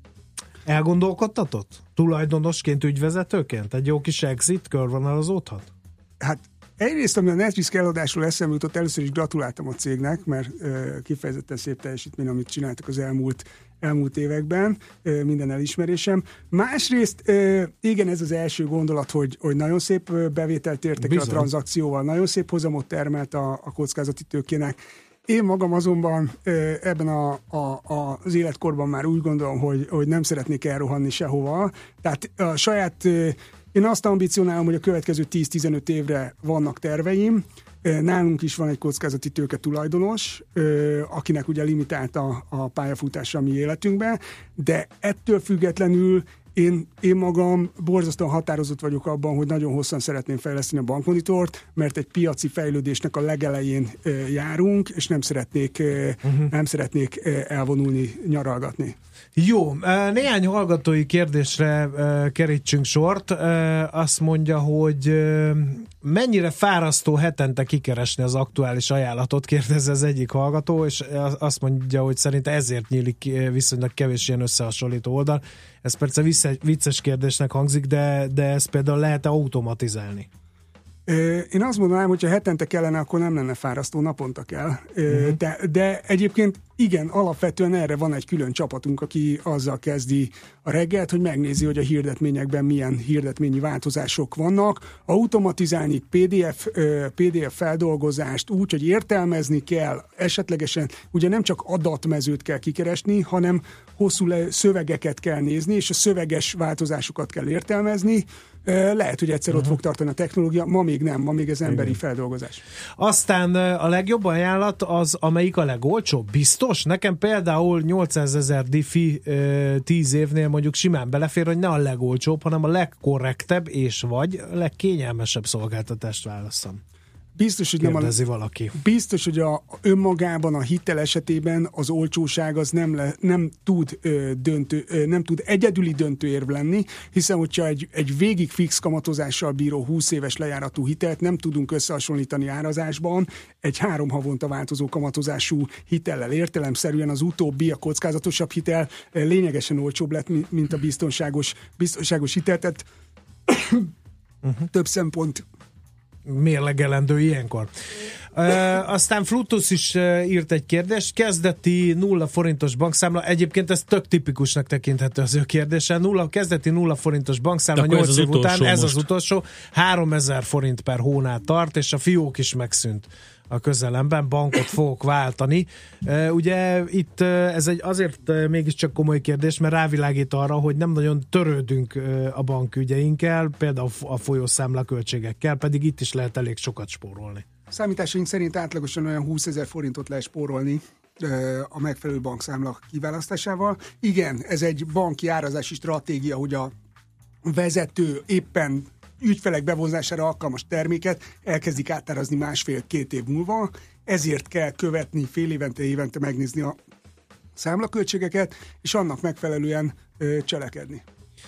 [SPEAKER 2] Elgondolkodtatott? Tulajdonosként, ügyvezetőként? Egy jó kis exit körvonalazódhat?
[SPEAKER 4] Hát egyrészt, ami a NetRisk eladásról eszembe jutott, először is gratuláltam a cégnek, mert ö, kifejezetten szép teljesítmény, amit csináltak az elmúlt, elmúlt években, ö, minden elismerésem. Másrészt, ö, igen, ez az első gondolat, hogy, hogy nagyon szép bevételt értek el a tranzakcióval, nagyon szép hozamot termelt a, a kockázati tőkének. Én magam azonban ebben a, a, a, az életkorban már úgy gondolom, hogy, hogy nem szeretnék elrohanni sehova. Tehát a saját Én azt ambicionálom, hogy a következő tíz-tizenöt évre vannak terveim. Nálunk is van egy kockázati tőke tulajdonos, akinek ugye limitált a, a pályafutása a mi életünkben, de ettől függetlenül Én, én magam borzasztóan határozott vagyok abban, hogy nagyon hosszan szeretném fejleszteni a bankmonitort, mert egy piaci fejlődésnek a legelején e, járunk, és nem szeretnék, e, uh-huh. nem szeretnék e, elvonulni, nyaralgatni.
[SPEAKER 2] Jó, néhány hallgatói kérdésre kerítsünk sort. Azt mondja, hogy mennyire fárasztó hetente kikeresni az aktuális ajánlatot, kérdezze az egyik hallgató, és azt mondja, hogy szerint ezért nyílik viszonylag kevés ilyen összehasonlító oldal. Ez persze vicces kérdésnek hangzik, de, de ezt például lehet automatizálni?
[SPEAKER 4] Én azt mondanám, hogy ha hetente kellene, akkor nem lenne fárasztó, naponta kell. Uh-huh. De, de egyébként igen, alapvetően erre van egy külön csapatunk, aki azzal kezdi a reggelt, hogy megnézi, hogy a hirdetményekben milyen hirdetményi változások vannak. Automatizálni pé dé ef, pé dé ef feldolgozást úgy, hogy értelmezni kell, esetlegesen ugye nem csak adatmezőt kell kikeresni, hanem hosszú le, szövegeket kell nézni, és a szöveges változásokat kell értelmezni. Lehet, hogy egyszer uh-huh. ott fog tartani a technológia, ma még nem, ma még ez emberi igen. feldolgozás.
[SPEAKER 2] Aztán a legjobb ajánlat az, amelyik a legolcsóbb, biztos? Nekem például nyolcszázezer diffi tíz évnél mondjuk simán belefér, hogy ne a legolcsóbb, hanem a legkorrektebb és vagy a legkényelmesebb szolgáltatást válasszam.
[SPEAKER 4] Biztos, hogy nem a,
[SPEAKER 2] valaki.
[SPEAKER 4] Biztos, hogy a, önmagában a hitel esetében az olcsóság az nem, le, nem, tud, ö, döntő, ö, nem tud egyedüli döntőérv lenni, hiszen hogyha egy, egy végig fix kamatozással bíró húsz éves lejáratú hitelt nem tudunk összehasonlítani árazásban, egy három havonta változó kamatozású hitellel értelemszerűen az utóbbi, a kockázatosabb hitel lényegesen olcsóbb lett, mint a biztonságos, biztonságos hitel, tehát uh-huh. több szempont
[SPEAKER 2] mérlegelendő ilyenkor. Uh, aztán Flutus is uh, írt egy kérdést, kezdeti nulla forintos bankszámla, egyébként ez tök tipikusnak tekinthető az ő kérdése, nulla, kezdeti nulla forintos bankszámla nyolc év után, ez most az utolsó, háromezer forint per hónál tart, és a fiók is megszűnt a közelemben, bankot fogok váltani. Uh, ugye itt uh, ez egy azért uh, mégiscsak komoly kérdés, mert rávilágít arra, hogy nem nagyon törődünk uh, a bankügyeinkkel, például a folyószámla költségekkel, pedig itt is lehet elég sokat spórolni.
[SPEAKER 4] Számításaink szerint átlagosan olyan húszezer forintot lehet spórolni uh, a megfelelő bankszámla kiválasztásával. Igen, ez egy banki árazási stratégia, hogy a vezető éppen ügyfelek bevonzására alkalmas terméket elkezdik átárazni másfél-két év múlva, ezért kell követni fél évente, évente megnézni a számlaköltségeket, és annak megfelelően ö, cselekedni.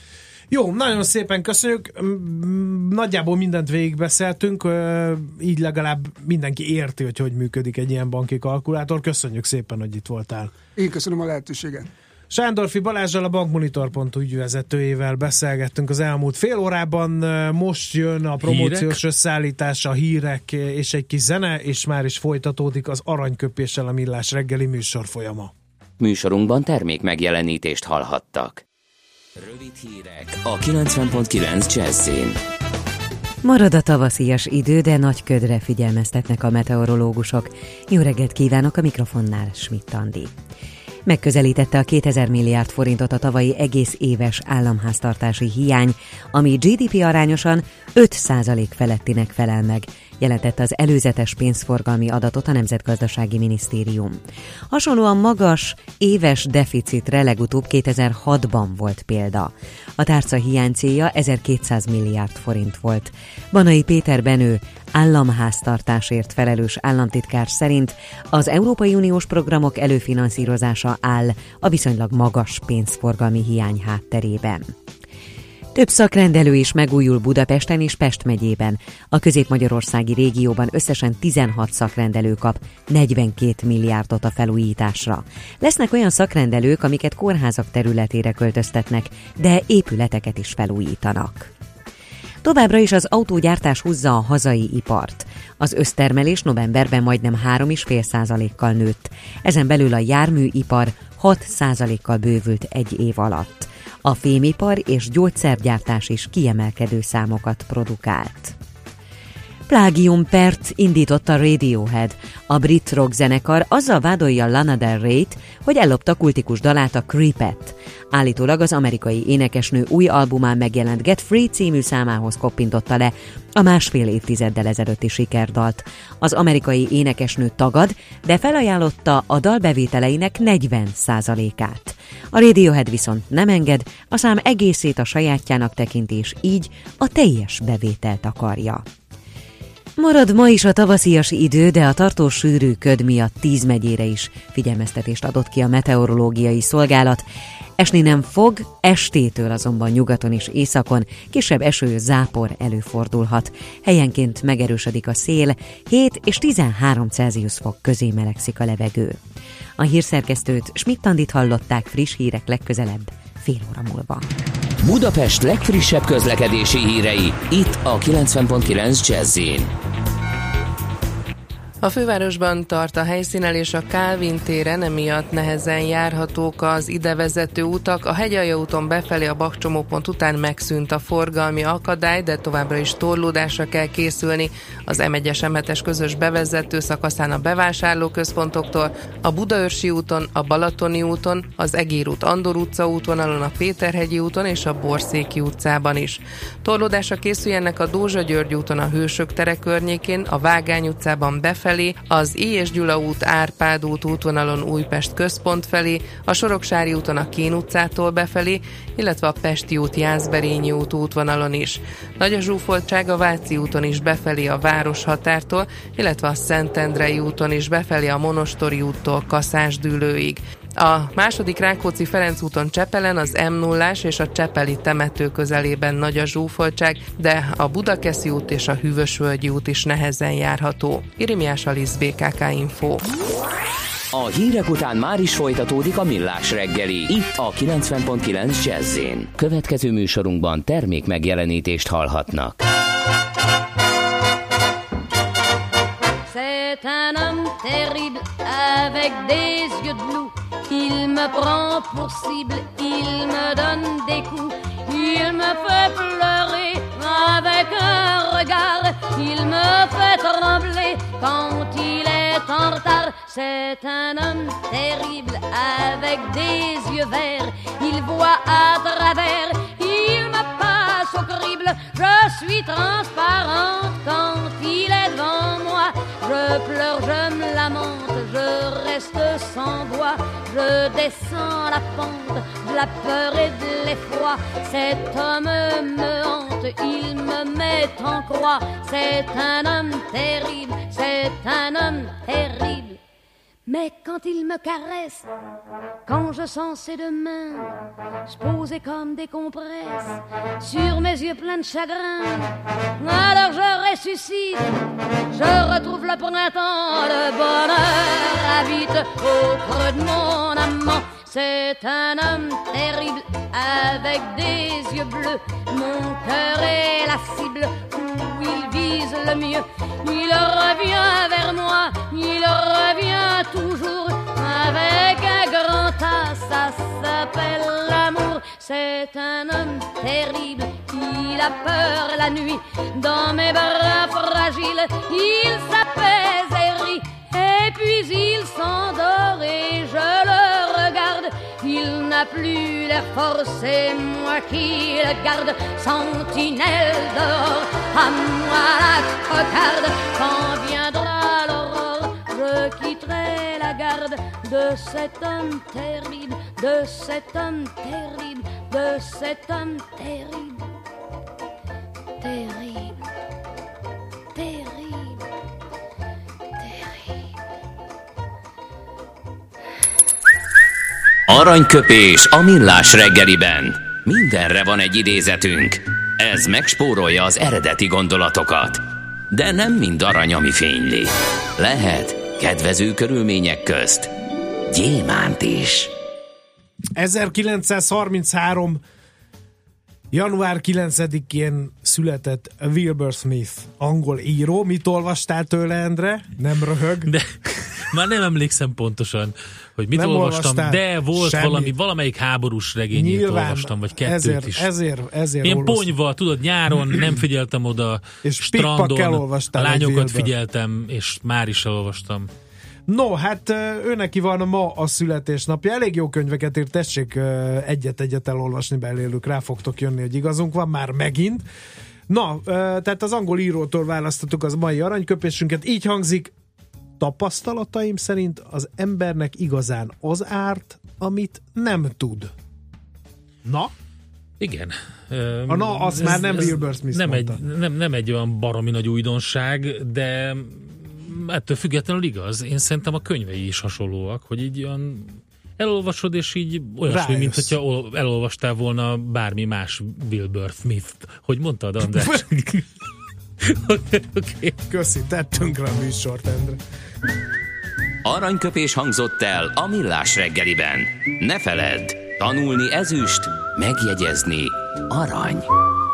[SPEAKER 2] Jó, nagyon szépen köszönjük. Nagyjából mindent végigbeszéltünk, így legalább mindenki érti, hogy hogy működik egy ilyen banki kalkulátor. Köszönjük szépen, hogy itt voltál.
[SPEAKER 4] Én köszönöm a lehetőséget.
[SPEAKER 2] Sándorfi Balázsral, a bankmonitor pont hu ügyvezetőjével beszélgettünk az elmúlt fél órában. Most jön a promóciós hírek, összeállítás, a hírek és egy kis zene, és már is folytatódik az aranyköpéssel a Millás reggeli műsor folyama.
[SPEAKER 1] Műsorunkban termék megjelenítést hallhattak. Rövid hírek a kilencven pont kilenc Jazzin.
[SPEAKER 7] Marad a tavaszias idő, de nagy ködre figyelmeztetnek a meteorológusok. Jó reggelt kívánok, a mikrofonnál Schmidt Andi. Megközelítette a kétezer milliárd forintot a tavalyi egész éves államháztartási hiány, ami gé dé pé arányosan öt százalék felettinek felel meg, jelentette az előzetes pénzforgalmi adatot a Nemzetgazdasági Minisztérium. Hasonlóan magas éves deficitre legutóbb kétezer-hatban volt példa. A tárca hiány célja ezerkétszáz milliárd forint volt. Banai Péter Benő, államháztartásért felelős államtitkár szerint az Európai Uniós programok előfinanszírozása áll a viszonylag magas pénzforgalmi hiány hátterében. Több szakrendelő is megújul Budapesten és Pest megyében. A közép-magyarországi régióban összesen tizenhat szakrendelő kap negyvenkét milliárdot a felújításra. Lesznek olyan szakrendelők, amiket kórházak területére költöztetnek, de épületeket is felújítanak. Továbbra is az autógyártás húzza a hazai ipart. Az össztermelés novemberben majdnem három egész öt százalékkal nőtt. Ezen belül a járműipar hat százalékkal bővült egy év alatt. A fémipar és gyógyszergyártás is kiemelkedő számokat produkált. Plágiumpert indított a Radiohead. A brit rockzenekar azzal vádolja Lana Del Reyt, hogy ellopta kultikus dalát, a Creepet. Állítólag az amerikai énekesnő új albumán megjelent Get Free című számához koppintotta le a másfél évtizeddel ezelőtti sikerdalt. Az amerikai énekesnő tagad, de felajánlotta a dal bevételeinek negyven százalékát. A Radiohead viszont nem enged, a szám egészét a sajátjának tekinti, és így a teljes bevételt akarja. Marad ma is a tavaszias idő, de a tartós sűrű köd miatt tíz megyére is figyelmeztetést adott ki a meteorológiai szolgálat. Esni nem fog, estétől azonban nyugaton és északon kisebb eső, zápor előfordulhat. Helyenként megerősödik a szél, hét és tizenhárom Celsius fok közé melegszik a levegő. A hírszerkesztőt, Schmidt-Andit hallották, friss hírek legközelebb, fél óra múlva.
[SPEAKER 1] Budapest legfrissebb közlekedési hírei, itt a kilencven pont kilenc Jazz-in.
[SPEAKER 8] A fővárosban tart a helyszínelés a Kálvin téren, emiatt nehezen járhatók az idevezető utak. A Hegyalja úton befelé a Bach csomópont után megszűnt a forgalmi akadály, de továbbra is torlódásra kell készülni. Az em egyes em hetes közös bevezető szakaszán a bevásárlóközpontoktól, a Budaörsi úton, a Balatoni úton, az Egér út Andor utca útvonalon, a Péterhegyi úton és a Borszéki utcában is. Torlódásra készüljenek a Dózsa-György úton a Hősök tere környékén, a Vágány utcában befelé, az Éjes Gyula út Árpád út útvonalon Újpest központ felé, a Soroksári úton a Kén utcától befelé, illetve a Pesti út Jászberényi út útvonalon is. Nagy a zsúfoltság a Váci úton is befelé a városhatártól, illetve a Szentendrei úton is befelé a Monostori úttól Kaszásdűlőig. A második Rákóczi-Ferenc úton Csepelen az em nullás és a Csepeli temető közelében nagy a zsúfoltság, de a Budakeszi út és a Hűvösvölgyi út is nehezen járható. Irimiás Alisz, bé ká ká Info.
[SPEAKER 1] A hírek után már is folytatódik a Millás reggeli, itt a kilencven pont kilenc Jazz-in. Következő műsorunkban termék megjelenítést hallhatnak.
[SPEAKER 9] C'est un homme terrible avec des yeux de loup. Il me prend pour cible, il me donne des coups. Il me fait pleurer avec un regard. Il me fait trembler quand il est en retard. C'est un homme terrible avec des yeux verts. Il voit à travers, il me passe au crible. Je suis transparente quand il est devant moi. Je pleure, je me lamente, je reste sans voix. Je descends la pente de la peur et de l'effroi. Cet homme me hante, il me met en croix. C'est un homme terrible, c'est un homme terrible. Mais quand il me caresse, quand je sens ses deux mains se poser comme des compresses sur mes yeux pleins de chagrin, alors je ressuscite, je retrouve le printemps, le bonheur habite au creux de mon amant. C'est un homme terrible avec des yeux bleus, mon cœur est la cible où il vise le mieux. Il revient vers moi, il revient toujours avec un grand A, ça s'appelle l'amour. C'est un homme terrible, il a peur la nuit, dans mes bras fragiles, il s'apaise et rit, et puis il s'endort et je le regarde. Il n'a plus l'air fort, c'est moi qui le garde. Sentinelle d'or, à moi la cocarde. Quand viendra l'aurore, je quitterai la garde de cet homme terrible, de cet homme terrible, de cet homme terrible. Terrible, terrible, terrible.
[SPEAKER 1] Aranyköpés a Millás reggeliben. Mindenre van egy idézetünk. Ez megspórolja az eredeti gondolatokat. De nem mind arany, ami fényli. Lehet kedvező körülmények közt gyémánt is.
[SPEAKER 2] ezerkilencszázharminchárom. január kilencedikén született Wilbur Smith, angol író. Mit olvastál tőle, Endre? Nem röhög?
[SPEAKER 3] De már nem emlékszem pontosan, hogy mit
[SPEAKER 2] nem
[SPEAKER 3] olvastam, de volt
[SPEAKER 2] semmit.
[SPEAKER 3] valami, valamelyik háborús regényét
[SPEAKER 2] Nyilván,
[SPEAKER 3] olvastam, vagy kettőt
[SPEAKER 2] ezért,
[SPEAKER 3] is.
[SPEAKER 2] Ezért, ezért
[SPEAKER 3] Ilyen
[SPEAKER 2] olvastam.
[SPEAKER 3] ponyva, tudod, nyáron nem figyeltem oda,
[SPEAKER 2] és
[SPEAKER 3] strandon,
[SPEAKER 2] elolvastál
[SPEAKER 3] a lányokat
[SPEAKER 2] Wilbur.
[SPEAKER 3] figyeltem, és már is elolvastam.
[SPEAKER 2] No, hát ő neki van ma a születésnapja. Elég jó könyveket írt, tessék egyet-egyet elolvasni belőlük, rá fogtok jönni, hogy igazunk van, már megint. Na, tehát az angol írótól választottuk az mai aranyköpésünket. Így hangzik: tapasztalataim szerint az embernek igazán az árt, amit nem tud. Na?
[SPEAKER 3] Igen.
[SPEAKER 2] A na, az ez, már nem Wilbur Smith
[SPEAKER 3] nem
[SPEAKER 2] mondta.
[SPEAKER 3] egy, nem, nem egy olyan baromi nagy újdonság, de ettől függetlenül igaz. Én szerintem a könyvei is hasonlóak, hogy így olyan elolvasod, és így olyasmi, mint hogyha elolvastál volna bármi más Wilbur Smith-t. Hogy mondtad, András?
[SPEAKER 2] Okay. Köszi, tettünk rá a műsort, Endre.
[SPEAKER 1] Aranyköpés hangzott el a Millás reggeliben. Ne feledd, tanulni ezüst, megjegyezni arany.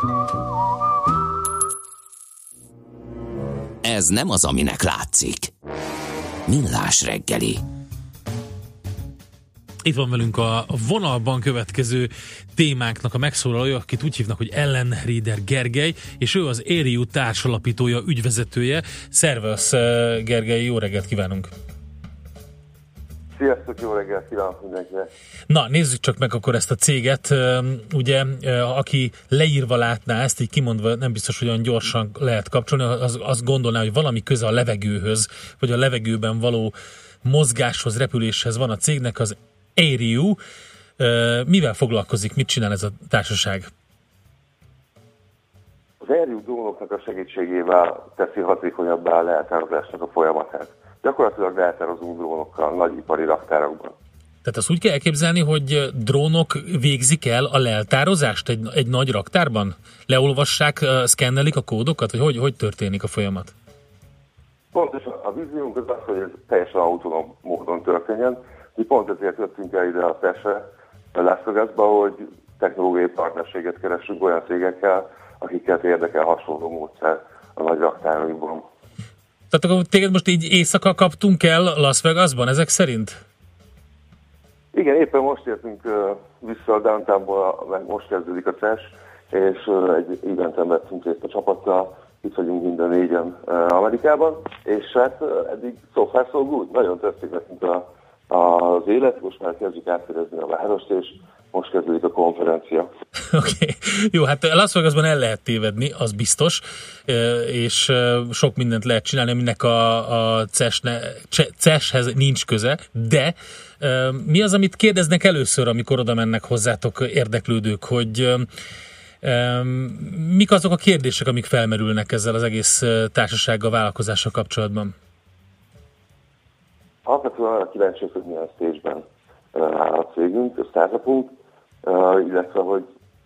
[SPEAKER 1] Ez nem az, aminek látszik. Millás reggeli.
[SPEAKER 3] Itt van velünk a vonalban következő témánknak a megszólalója, akit úgy hívnak, hogy Ellen Rieder Gergely, és ő az Ériu társalapítója, ügyvezetője. Szervusz, Gergely, jó reggelt kívánunk!
[SPEAKER 10] Sziasztok, jó reggelt kívánok mindenkinek!
[SPEAKER 3] Na, nézzük csak meg akkor ezt a céget. Ugye, aki leírva látná ezt, így kimondva nem biztos, hogy olyan gyorsan lehet kapcsolni, az, azt gondolná, hogy valami köze a levegőhöz, vagy a levegőben való mozgáshoz, repüléshez van a cégnek, az Ériu. Mivel foglalkozik, mit csinál ez a társaság?
[SPEAKER 10] Az Ériu drónoknak a segítségével teszi hatékonyabbá a leltározásnak a folyamatát. Gyakorlatilag leltározunk drónokkal nagy ipari raktárakban.
[SPEAKER 3] Tehát azt úgy kell elképzelni, hogy drónok végzik el a leltározást egy, egy nagy raktárban? Leolvassák, szkennelik a kódokat? Vagy hogy, hogy történik a folyamat?
[SPEAKER 10] Pontosan a víziónk az az, hogy ez teljesen autonóm módon történjen. Mi pont ezért jöttünk el ide a Tesre, a Las Vegasba, hogy technológiai partnerséget keressünk olyan cégekkel, akiket érdekel hasonló módszer a nagy raktárainkban.
[SPEAKER 3] Tehát akkor téged most így éjszaka kaptunk el Las Vegasban, ezek szerint?
[SPEAKER 10] Igen, éppen most értünk vissza a downtownból, meg most kezdődik a cé e es, és egy eventen vettünk részt a csapattal, itt vagyunk minden négyen Amerikában, és hát eddig so far so good, nagyon tetszik nekünk a, az élet, most már kezdjük átfedezni a várost, és most kezdődik a konferencia.
[SPEAKER 3] Oké, okay. Jó, hát Las Vegasban el lehet tévedni, az biztos, és sok mindent lehet csinálni, aminek a, a cé e es-hez nincs köze, de mi az, amit kérdeznek először, amikor oda mennek hozzátok érdeklődők, hogy mik azok a kérdések, amik felmerülnek ezzel az egész társasággal, vállalkozással kapcsolatban?
[SPEAKER 10] Alapvetően arra kíváncsiak, hogy milyen stage-ben áll a cégünk, a startupunk, illetve hogy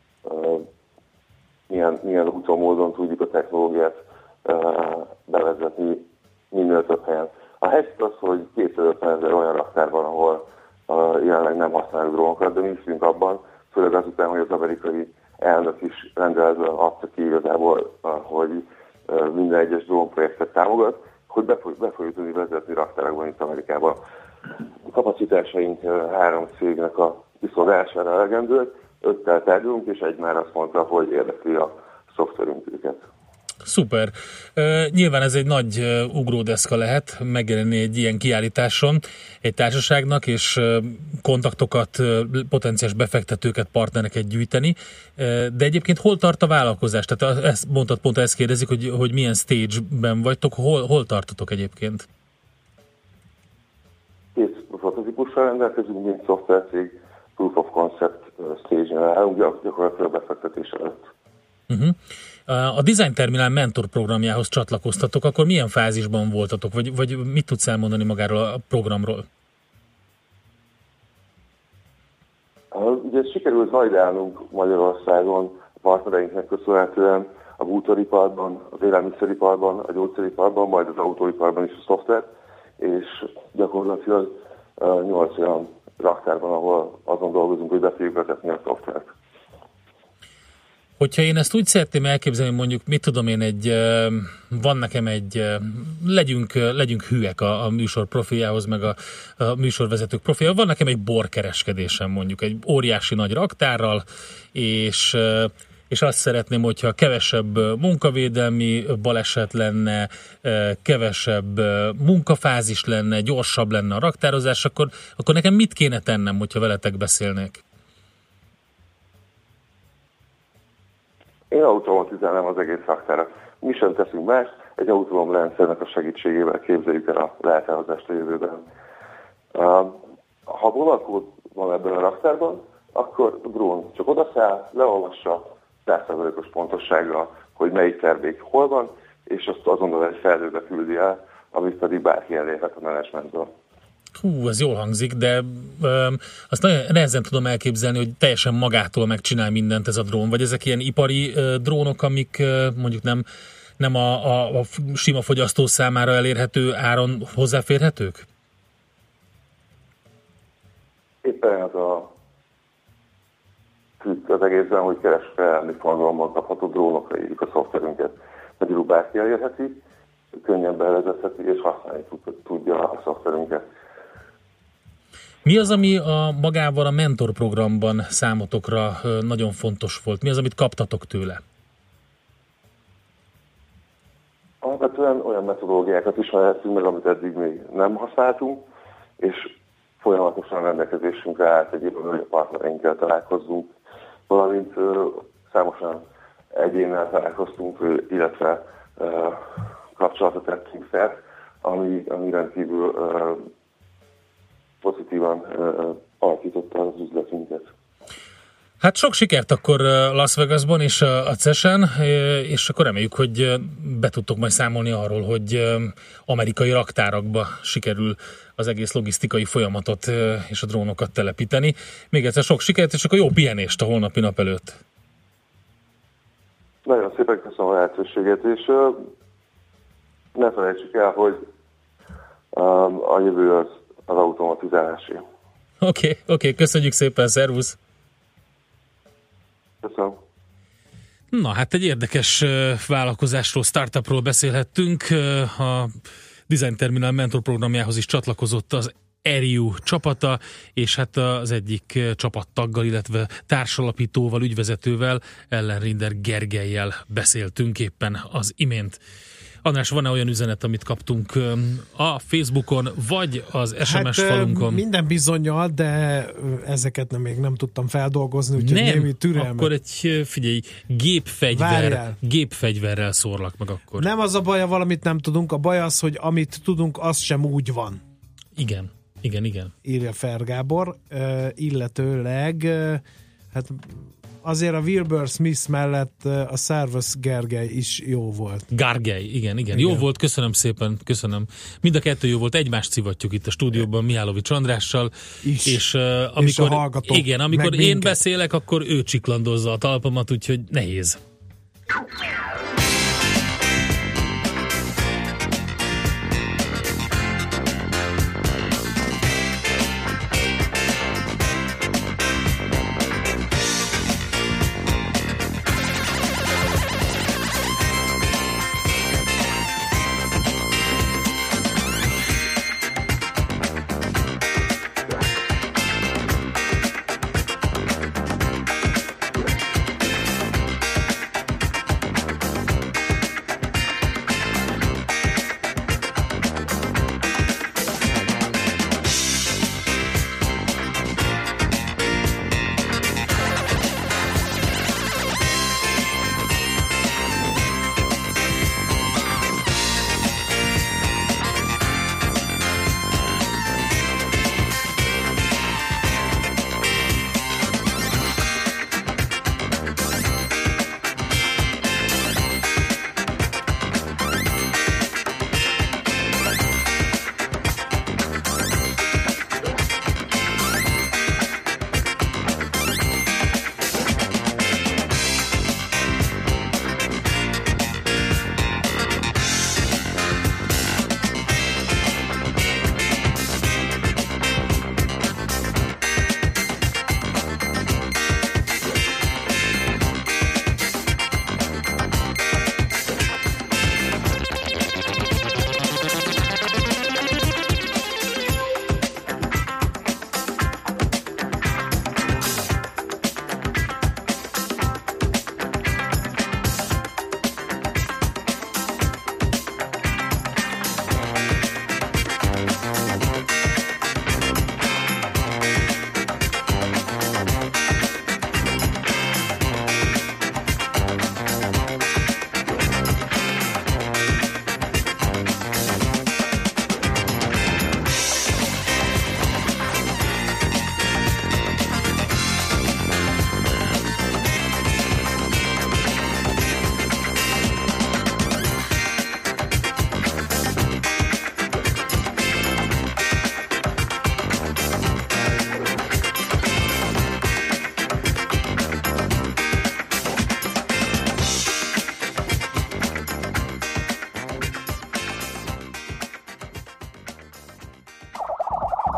[SPEAKER 10] milyen, milyen úton, módon tudjuk a technológiát bevezetni minél több helyen. A helyzet az, hogy kétszázötven ezer olyan raktár van, ahol jelenleg nem használjuk drónokat, de mi hiszünk abban, főleg azután, hogy az amerikai elnök is rendeletben adta ki igazából, hogy minden egyes drónprojektet támogat, hogy be, be fogjuk tudni vezetni raktárakban itt Amerikában. A kapacitásaink három cégnek a kiszolgálására elegendőek, öttel tárgyalunk, és egy már azt mondta, hogy érdekli a szoftverünk őket.
[SPEAKER 3] Szuper. Uh, nyilván ez egy nagy uh, ugródeszka lehet megjelenni egy ilyen kiállításon egy társaságnak, és uh, kontaktokat, uh, potenciális befektetőket, partnereket gyűjteni. Uh, de egyébként hol tart a vállalkozás? Tehát ezt mondtad, pont ezt kérdezik, hogy, hogy milyen stage-ben vagytok, hol, hol tartotok egyébként?
[SPEAKER 10] Két prototípussal rendelkezünk, mint szoftvercég, proof of concept stage-en állunk, gyakorlatilag befektetés előtt.
[SPEAKER 3] Uh-huh. A Design Terminál mentor programjához csatlakoztatok, akkor milyen fázisban voltatok, vagy, vagy mit tudsz elmondani magáról a programról?
[SPEAKER 10] Ugye sikerült validálnunk Magyarországon partnereinknek köszönhetően a bútoriparban, az élelmiszeriparban, a gyógyszeriparban, majd az autóiparban is a szoftvert, és gyakorlatilag nyolc olyan raktárban, ahol azon dolgozunk, hogy be fogjuk vezetni a szoftvert.
[SPEAKER 3] Hogyha én ezt úgy szeretném elképzelni, mondjuk, mit tudom én, egy, van nekem egy, legyünk, legyünk hűek a, a műsor profiához, meg a, a műsorvezetők profiához, van nekem egy borkereskedésem mondjuk, egy óriási nagy raktárral, és, és azt szeretném, hogyha kevesebb munkavédelmi baleset lenne, kevesebb munkafázis lenne, gyorsabb lenne a raktározás, akkor, akkor nekem mit kéne tennem, hogyha veletek beszélnék?
[SPEAKER 10] Én automatizálnám az egész raktárat. Mi sem teszünk más, egy autonóm rendszernek a segítségével képzeljük el a leeltározást a jövőben. Ha vonalkód van ebben a raktárban, akkor a drón csak odaszáll, leolvassa száz százalékos pontossággal, hogy melyik termék hol van, és azt azonnal egy felhőbe küldi el, amit pedig bárki elérhet a menedzsmentből.
[SPEAKER 3] Hú, ez jól hangzik, de ö, azt nagyon nehezen tudom elképzelni, hogy teljesen magától megcsinál mindent ez a drón, vagy ezek ilyen ipari ö, drónok, amik ö, mondjuk nem, nem a, a, a sima fogyasztó számára elérhető áron hozzáférhetők?
[SPEAKER 10] Éppen az a trükk az egészben, hogy kereskedelmi forgalomban kapható drónokra írjuk a szoftverünket. Magyarul bárki elérheti, könnyen bevezetheti és használni tudja a szoftverünket.
[SPEAKER 3] Mi az, ami a magával a mentor programban számotokra nagyon fontos volt? Mi az, amit kaptatok tőle?
[SPEAKER 10] Alapvetően olyan metodológiákat ismerhetünk meg, amit eddig még nem használtunk, és folyamatosan rendelkezésünkre állt egy évben, hogy a partnereinkkel találkozzunk, valamint uh, számosan egyénnel találkoztunk, illetve uh, kapcsolatot tettünk fel, ami, ami rendkívül uh, pozitívan uh, alakította az üzletünket.
[SPEAKER 3] Hát sok sikert akkor Las Vegasban és a cé e es-en, és akkor reméljük, hogy be tudtok majd számolni arról, hogy amerikai raktárakba sikerül az egész logisztikai folyamatot és a drónokat telepíteni. Még egyszer sok sikert, és akkor jó pihenést a holnapi nap előtt.
[SPEAKER 10] Nagyon szépen köszönöm a lehetőséget, és uh, ne felejtsük el, hogy um, a jövő az, az automatizálásé.
[SPEAKER 3] Oké, okay, oké, okay, köszönjük szépen, szervusz!
[SPEAKER 10] Köszönöm.
[SPEAKER 3] Na, hát egy érdekes vállalkozásról, startupról beszélhettünk. A Design Terminal Mentor programjához is csatlakozott az er u csapata, és hát az egyik csapattaggal, illetve társalapítóval, ügyvezetővel, Ellen Rinder Gergellyel beszéltünk éppen az imént. András, van-e olyan üzenet, amit kaptunk a Facebookon, vagy az es em es hát, falunkon?
[SPEAKER 2] Minden bizonnyal, de ezeket nem, még nem tudtam feldolgozni, úgyhogy
[SPEAKER 3] nem,
[SPEAKER 2] némi türelmet.
[SPEAKER 3] Akkor egy, figyelj, gépfegyver, gépfegyverrel szórlak meg akkor.
[SPEAKER 2] Nem az a baj, ha valamit nem tudunk, a baj az, hogy amit tudunk, az sem úgy van.
[SPEAKER 3] Igen, igen, igen.
[SPEAKER 2] Írja Fer Gábor, uh, illetőleg uh, hát azért a Wilbur Smith mellett a Szervusz Gergely is jó volt.
[SPEAKER 3] Gergely, igen, igen, igen. Jó
[SPEAKER 2] Igen.
[SPEAKER 3] volt, köszönöm szépen, köszönöm. Mind a kettő jó volt, egymást szivatjuk itt a stúdióban Mihálovics Andrással.
[SPEAKER 2] Is.
[SPEAKER 3] És, uh, amikor,
[SPEAKER 2] és a hallgatók.
[SPEAKER 3] igen, amikor én
[SPEAKER 2] minket.
[SPEAKER 3] beszélek, akkor ő csiklandozza a talpamat, úgyhogy nehéz.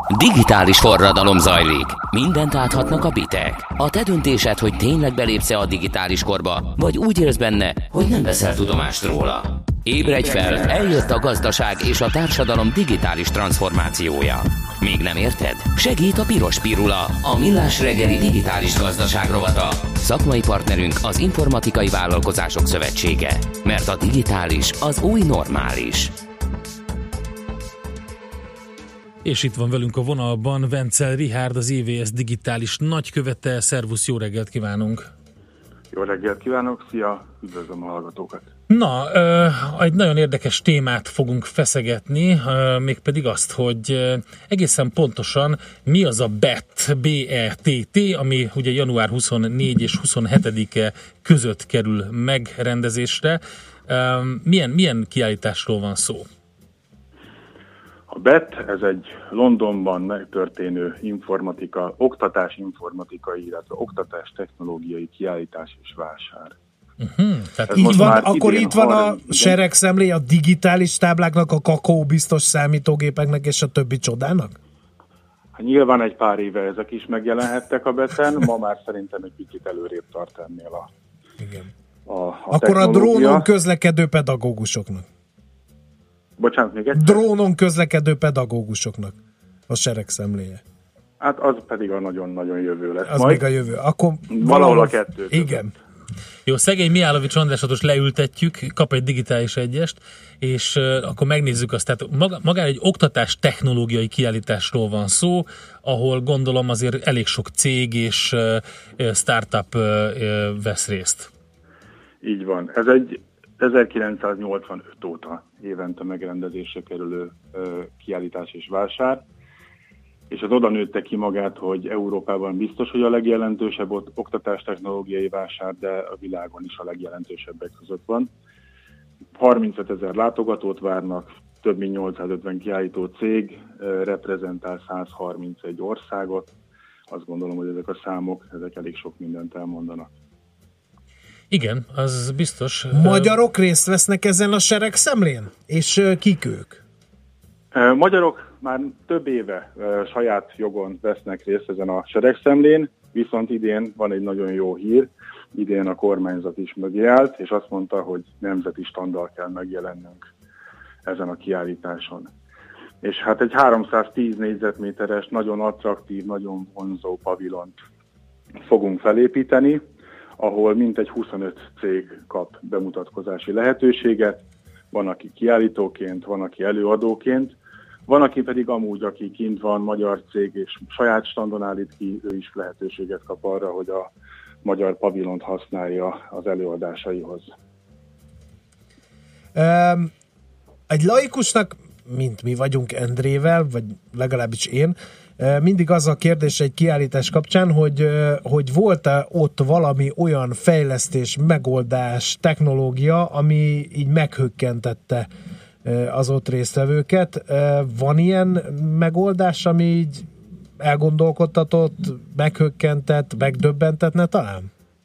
[SPEAKER 1] Digitális forradalom zajlik. Mindent áthatnak a bitek. A te döntésed, hogy tényleg belépsz-e a digitális korba, vagy úgy élsz benne, hogy nem veszel tudomást róla. Ébredj fel, eljött a gazdaság és a társadalom digitális transformációja. Még nem érted? Segít a Piros Pirula, a Millás reggeli digitális gazdaság rovata. Szakmai partnerünk az Informatikai Vállalkozások Szövetsége. Mert a digitális az új normális.
[SPEAKER 3] És itt van velünk a vonalban Vencel Richárd, az é vé es digitális nagykövete. Szervusz, jó reggelt kívánunk!
[SPEAKER 11] Jó reggelt kívánok, szia! Üdvözlöm a hallgatókat!
[SPEAKER 3] Na, egy nagyon érdekes témát fogunk feszegetni, mégpedig azt, hogy egészen pontosan mi az a bé e té, bé e té té, ami ugye január huszonnégy és huszonhetedike között kerül megrendezésre. Milyen, milyen kiállításról van szó?
[SPEAKER 11] A bé e té, ez egy Londonban megtörténő informatika, oktatás informatikai, illetve oktatás technológiai kiállítás és vásár.
[SPEAKER 2] Uh-huh. Tehát így van, akkor itt van a seregszemlé a digitális tábláknak, a kakaó biztos számítógépeknek és a többi csodának?
[SPEAKER 11] Hát nyilván egy pár éve ezek is megjelenhettek a bé e té-en, ma már szerintem egy picit előrébb tart ennél a,
[SPEAKER 2] Igen.
[SPEAKER 11] a, a
[SPEAKER 2] Akkor a drónon közlekedő pedagógusoknak.
[SPEAKER 11] Bocsánat, még egy?
[SPEAKER 2] Drónon közlekedő pedagógusoknak a seregszemléje.
[SPEAKER 11] Hát az pedig a nagyon-nagyon jövő lesz.
[SPEAKER 2] Az
[SPEAKER 11] majd.
[SPEAKER 2] még a jövő. Akkor
[SPEAKER 11] valahol, valahol a kettő.
[SPEAKER 2] Igen.
[SPEAKER 3] Jó, szegény Mihálovics Andrásotot leültetjük, kap egy digitális egyest, és uh, akkor megnézzük azt. Tehát maga, magára egy oktatás technológiai kiállításról van szó, ahol gondolom azért elég sok cég és uh, startup uh, uh, vesz részt.
[SPEAKER 11] Így van. Ez egy ezerkilencszáznyolcvanöt óta évente megrendezésre kerülő uh, kiállítás és vásár, és az oda nőtte ki magát, hogy Európában biztos, hogy a legjelentősebb oktatástechnológiai vásár, de a világon is a legjelentősebbek között van. harmincötezer látogatót várnak, több mint nyolcszázötven kiállító cég, reprezentál százharmincegy országot. Azt gondolom, hogy ezek a számok, ezek elég sok mindent elmondanak.
[SPEAKER 3] Igen, az biztos.
[SPEAKER 2] Magyarok részt vesznek ezen a seregszemlén? És kik ők?
[SPEAKER 11] Magyarok már több éve saját jogon vesznek részt ezen a seregszemlén, viszont idén van egy nagyon jó hír, idén a kormányzat is mögé állt, és azt mondta, hogy nemzeti standard kell megjelennünk ezen a kiállításon. És hát egy háromszáztíz négyzetméteres, nagyon attraktív, nagyon vonzó pavilont fogunk felépíteni, ahol mintegy huszonöt cég kap bemutatkozási lehetőséget, van, aki kiállítóként, van, aki előadóként, van, aki pedig amúgy, aki kint van, magyar cég és saját standon állít ki, ő is lehetőséget kap arra, hogy a magyar pavilont használja az előadásaihoz.
[SPEAKER 2] Um, egy laikusnak, mint mi vagyunk Endrével, vagy legalábbis én, mindig az a kérdés egy kiállítás kapcsán, hogy, hogy volt-e ott valami olyan fejlesztés, megoldás, technológia, ami így meghökkentette az ott résztvevőket. Van ilyen megoldás, ami így elgondolkodtatott, meghökkentett, megdöbbentetne talán?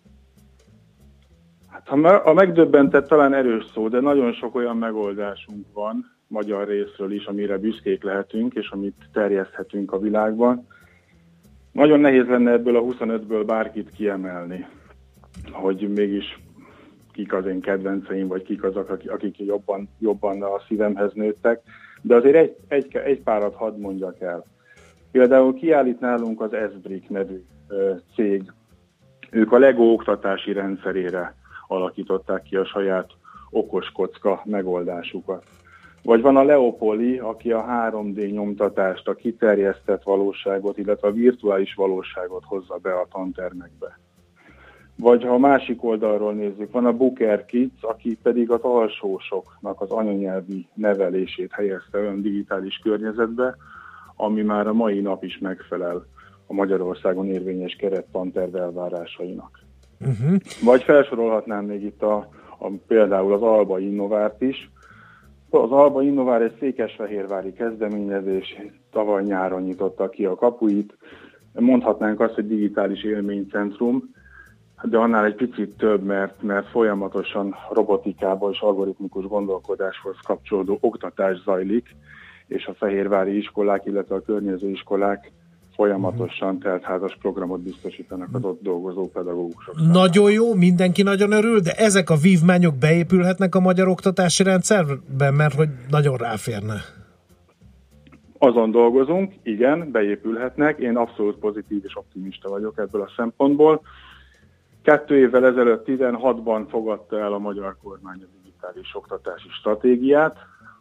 [SPEAKER 11] Hát a megdöbbentett talán erős szó, de nagyon sok olyan megoldásunk van magyar részről is, amire büszkék lehetünk, és amit terjeszthetünk a világban. Nagyon nehéz lenne ebből a huszonötből bárkit kiemelni, hogy mégis kik az én kedvenceim, vagy kik azok, akik jobban, jobban a szívemhez nőttek, de azért egy, egy, egy párat hadd mondjak el. Például kiállít nálunk az Esbrick nevű ö, cég. Ők a Lego oktatási rendszerére alakították ki a saját okos kocka megoldásukat. Vagy van a Leopoli, aki a három dé nyomtatást, a kiterjesztett valóságot, illetve a virtuális valóságot hozza be a tantermekbe. Vagy ha a másik oldalról nézzük, van a Booker Kids, aki pedig az alsósoknak az anyanyelvi nevelését helyezte olyan digitális környezetbe, ami már a mai nap is megfelel a Magyarországon érvényes kerettanterv elvárásainak. Uh-huh. Vagy felsorolhatnám még itt a, a, például az Alba Innovárt is. Az Alba Innovár egy székesfehérvári kezdeményezés, tavaly nyáron nyitotta ki a kapuit. Mondhatnánk azt, hogy digitális élménycentrum, de annál egy picit több, mert, mert folyamatosan robotikába és algoritmikus gondolkodáshoz kapcsolódó oktatás zajlik, és a fehérvári iskolák, illetve a környező iskolák folyamatosan teltházas programot biztosítanak az ott dolgozó pedagógusok.
[SPEAKER 2] Nagyon jó, mindenki nagyon örül, de ezek a vívmányok beépülhetnek a magyar oktatási rendszerben, mert hogy nagyon ráférne.
[SPEAKER 11] Azon dolgozunk, igen, beépülhetnek. Én abszolút pozitív és optimista vagyok ebből a szempontból. Kettő évvel ezelőtt tizenhatban fogadta el a magyar kormány a digitális oktatási stratégiát,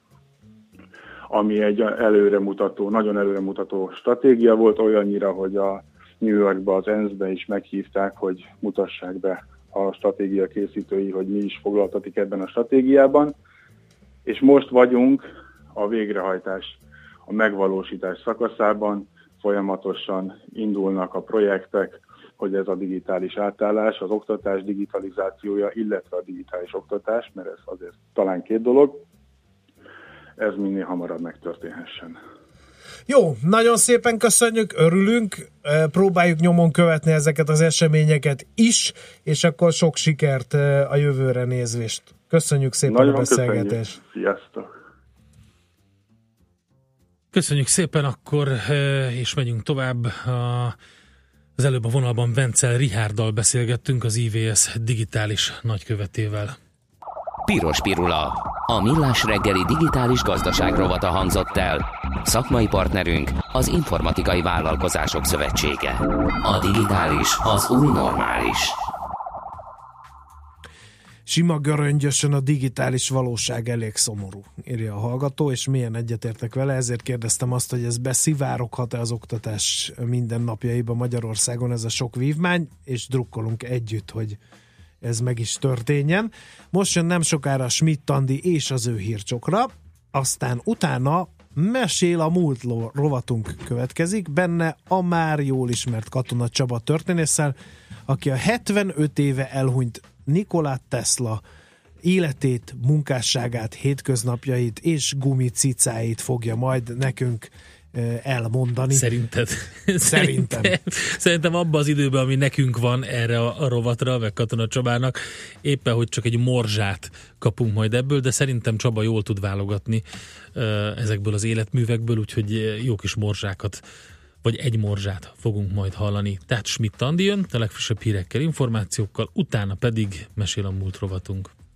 [SPEAKER 11] ami egy előremutató, nagyon előremutató stratégia volt, olyannyira, hogy a New Yorkba, az e en es be is meghívták, hogy mutassák be a stratégia készítői, hogy mi is foglaltatik ebben a stratégiában. És most vagyunk a végrehajtás, a megvalósítás szakaszában, folyamatosan indulnak a projektek, hogy ez a digitális átállás, az oktatás digitalizációja, illetve a digitális oktatás, mert ez azért talán két dolog, ez minél hamarabb megtörténhessen.
[SPEAKER 2] Jó, nagyon szépen köszönjük, örülünk, próbáljuk nyomon követni ezeket az eseményeket is, és akkor sok sikert a jövőre nézvést. Köszönjük szépen nagyon a beszélgetést.
[SPEAKER 11] Sziasztok!
[SPEAKER 3] Köszönjük szépen akkor, és megyünk tovább. Az előbb a vonalban Vencel Richárddal beszélgettünk, az i vé es digitális nagykövetével.
[SPEAKER 1] Piros Pirula, a millás reggeli digitális gazdaság rovata hangzott el. Szakmai partnerünk az Informatikai Vállalkozások Szövetsége. A digitális az új normális.
[SPEAKER 2] Sima göröngyösen a digitális valóság elég szomorú, írja a hallgató, és milyen egyetértek vele, ezért kérdeztem azt, hogy ez beszivároghat-e az oktatás mindennapjaiba Magyarországon, ez a sok vívmány, és drukkolunk együtt, hogy ez meg is történjen. Most jön nem sokára Schmidt Andi és az ő hírcsokra, aztán utána Mesél a múlt rovatunk következik, benne a már jól ismert Katona Csaba történésszel, aki a hetvenöt éve elhunyt Nikola Tesla életét, munkásságát, hétköznapjait és gumicicáit fogja majd nekünk elmondani.
[SPEAKER 3] Szerinted?
[SPEAKER 2] Szerintem.
[SPEAKER 3] Szerintem abban az időben, ami nekünk van erre a, a rovatra, meg Katona Csabának, éppen, hogy csak egy morzsát kapunk majd ebből, de szerintem Csaba jól tud válogatni uh, ezekből az életművekből, úgyhogy jó kis morzsákat, vagy egy morzsát fogunk majd hallani. Tehát Schmidt Andi jön, a legfrissebb hírekkel, információkkal, utána pedig mesél a múlt rovatunk.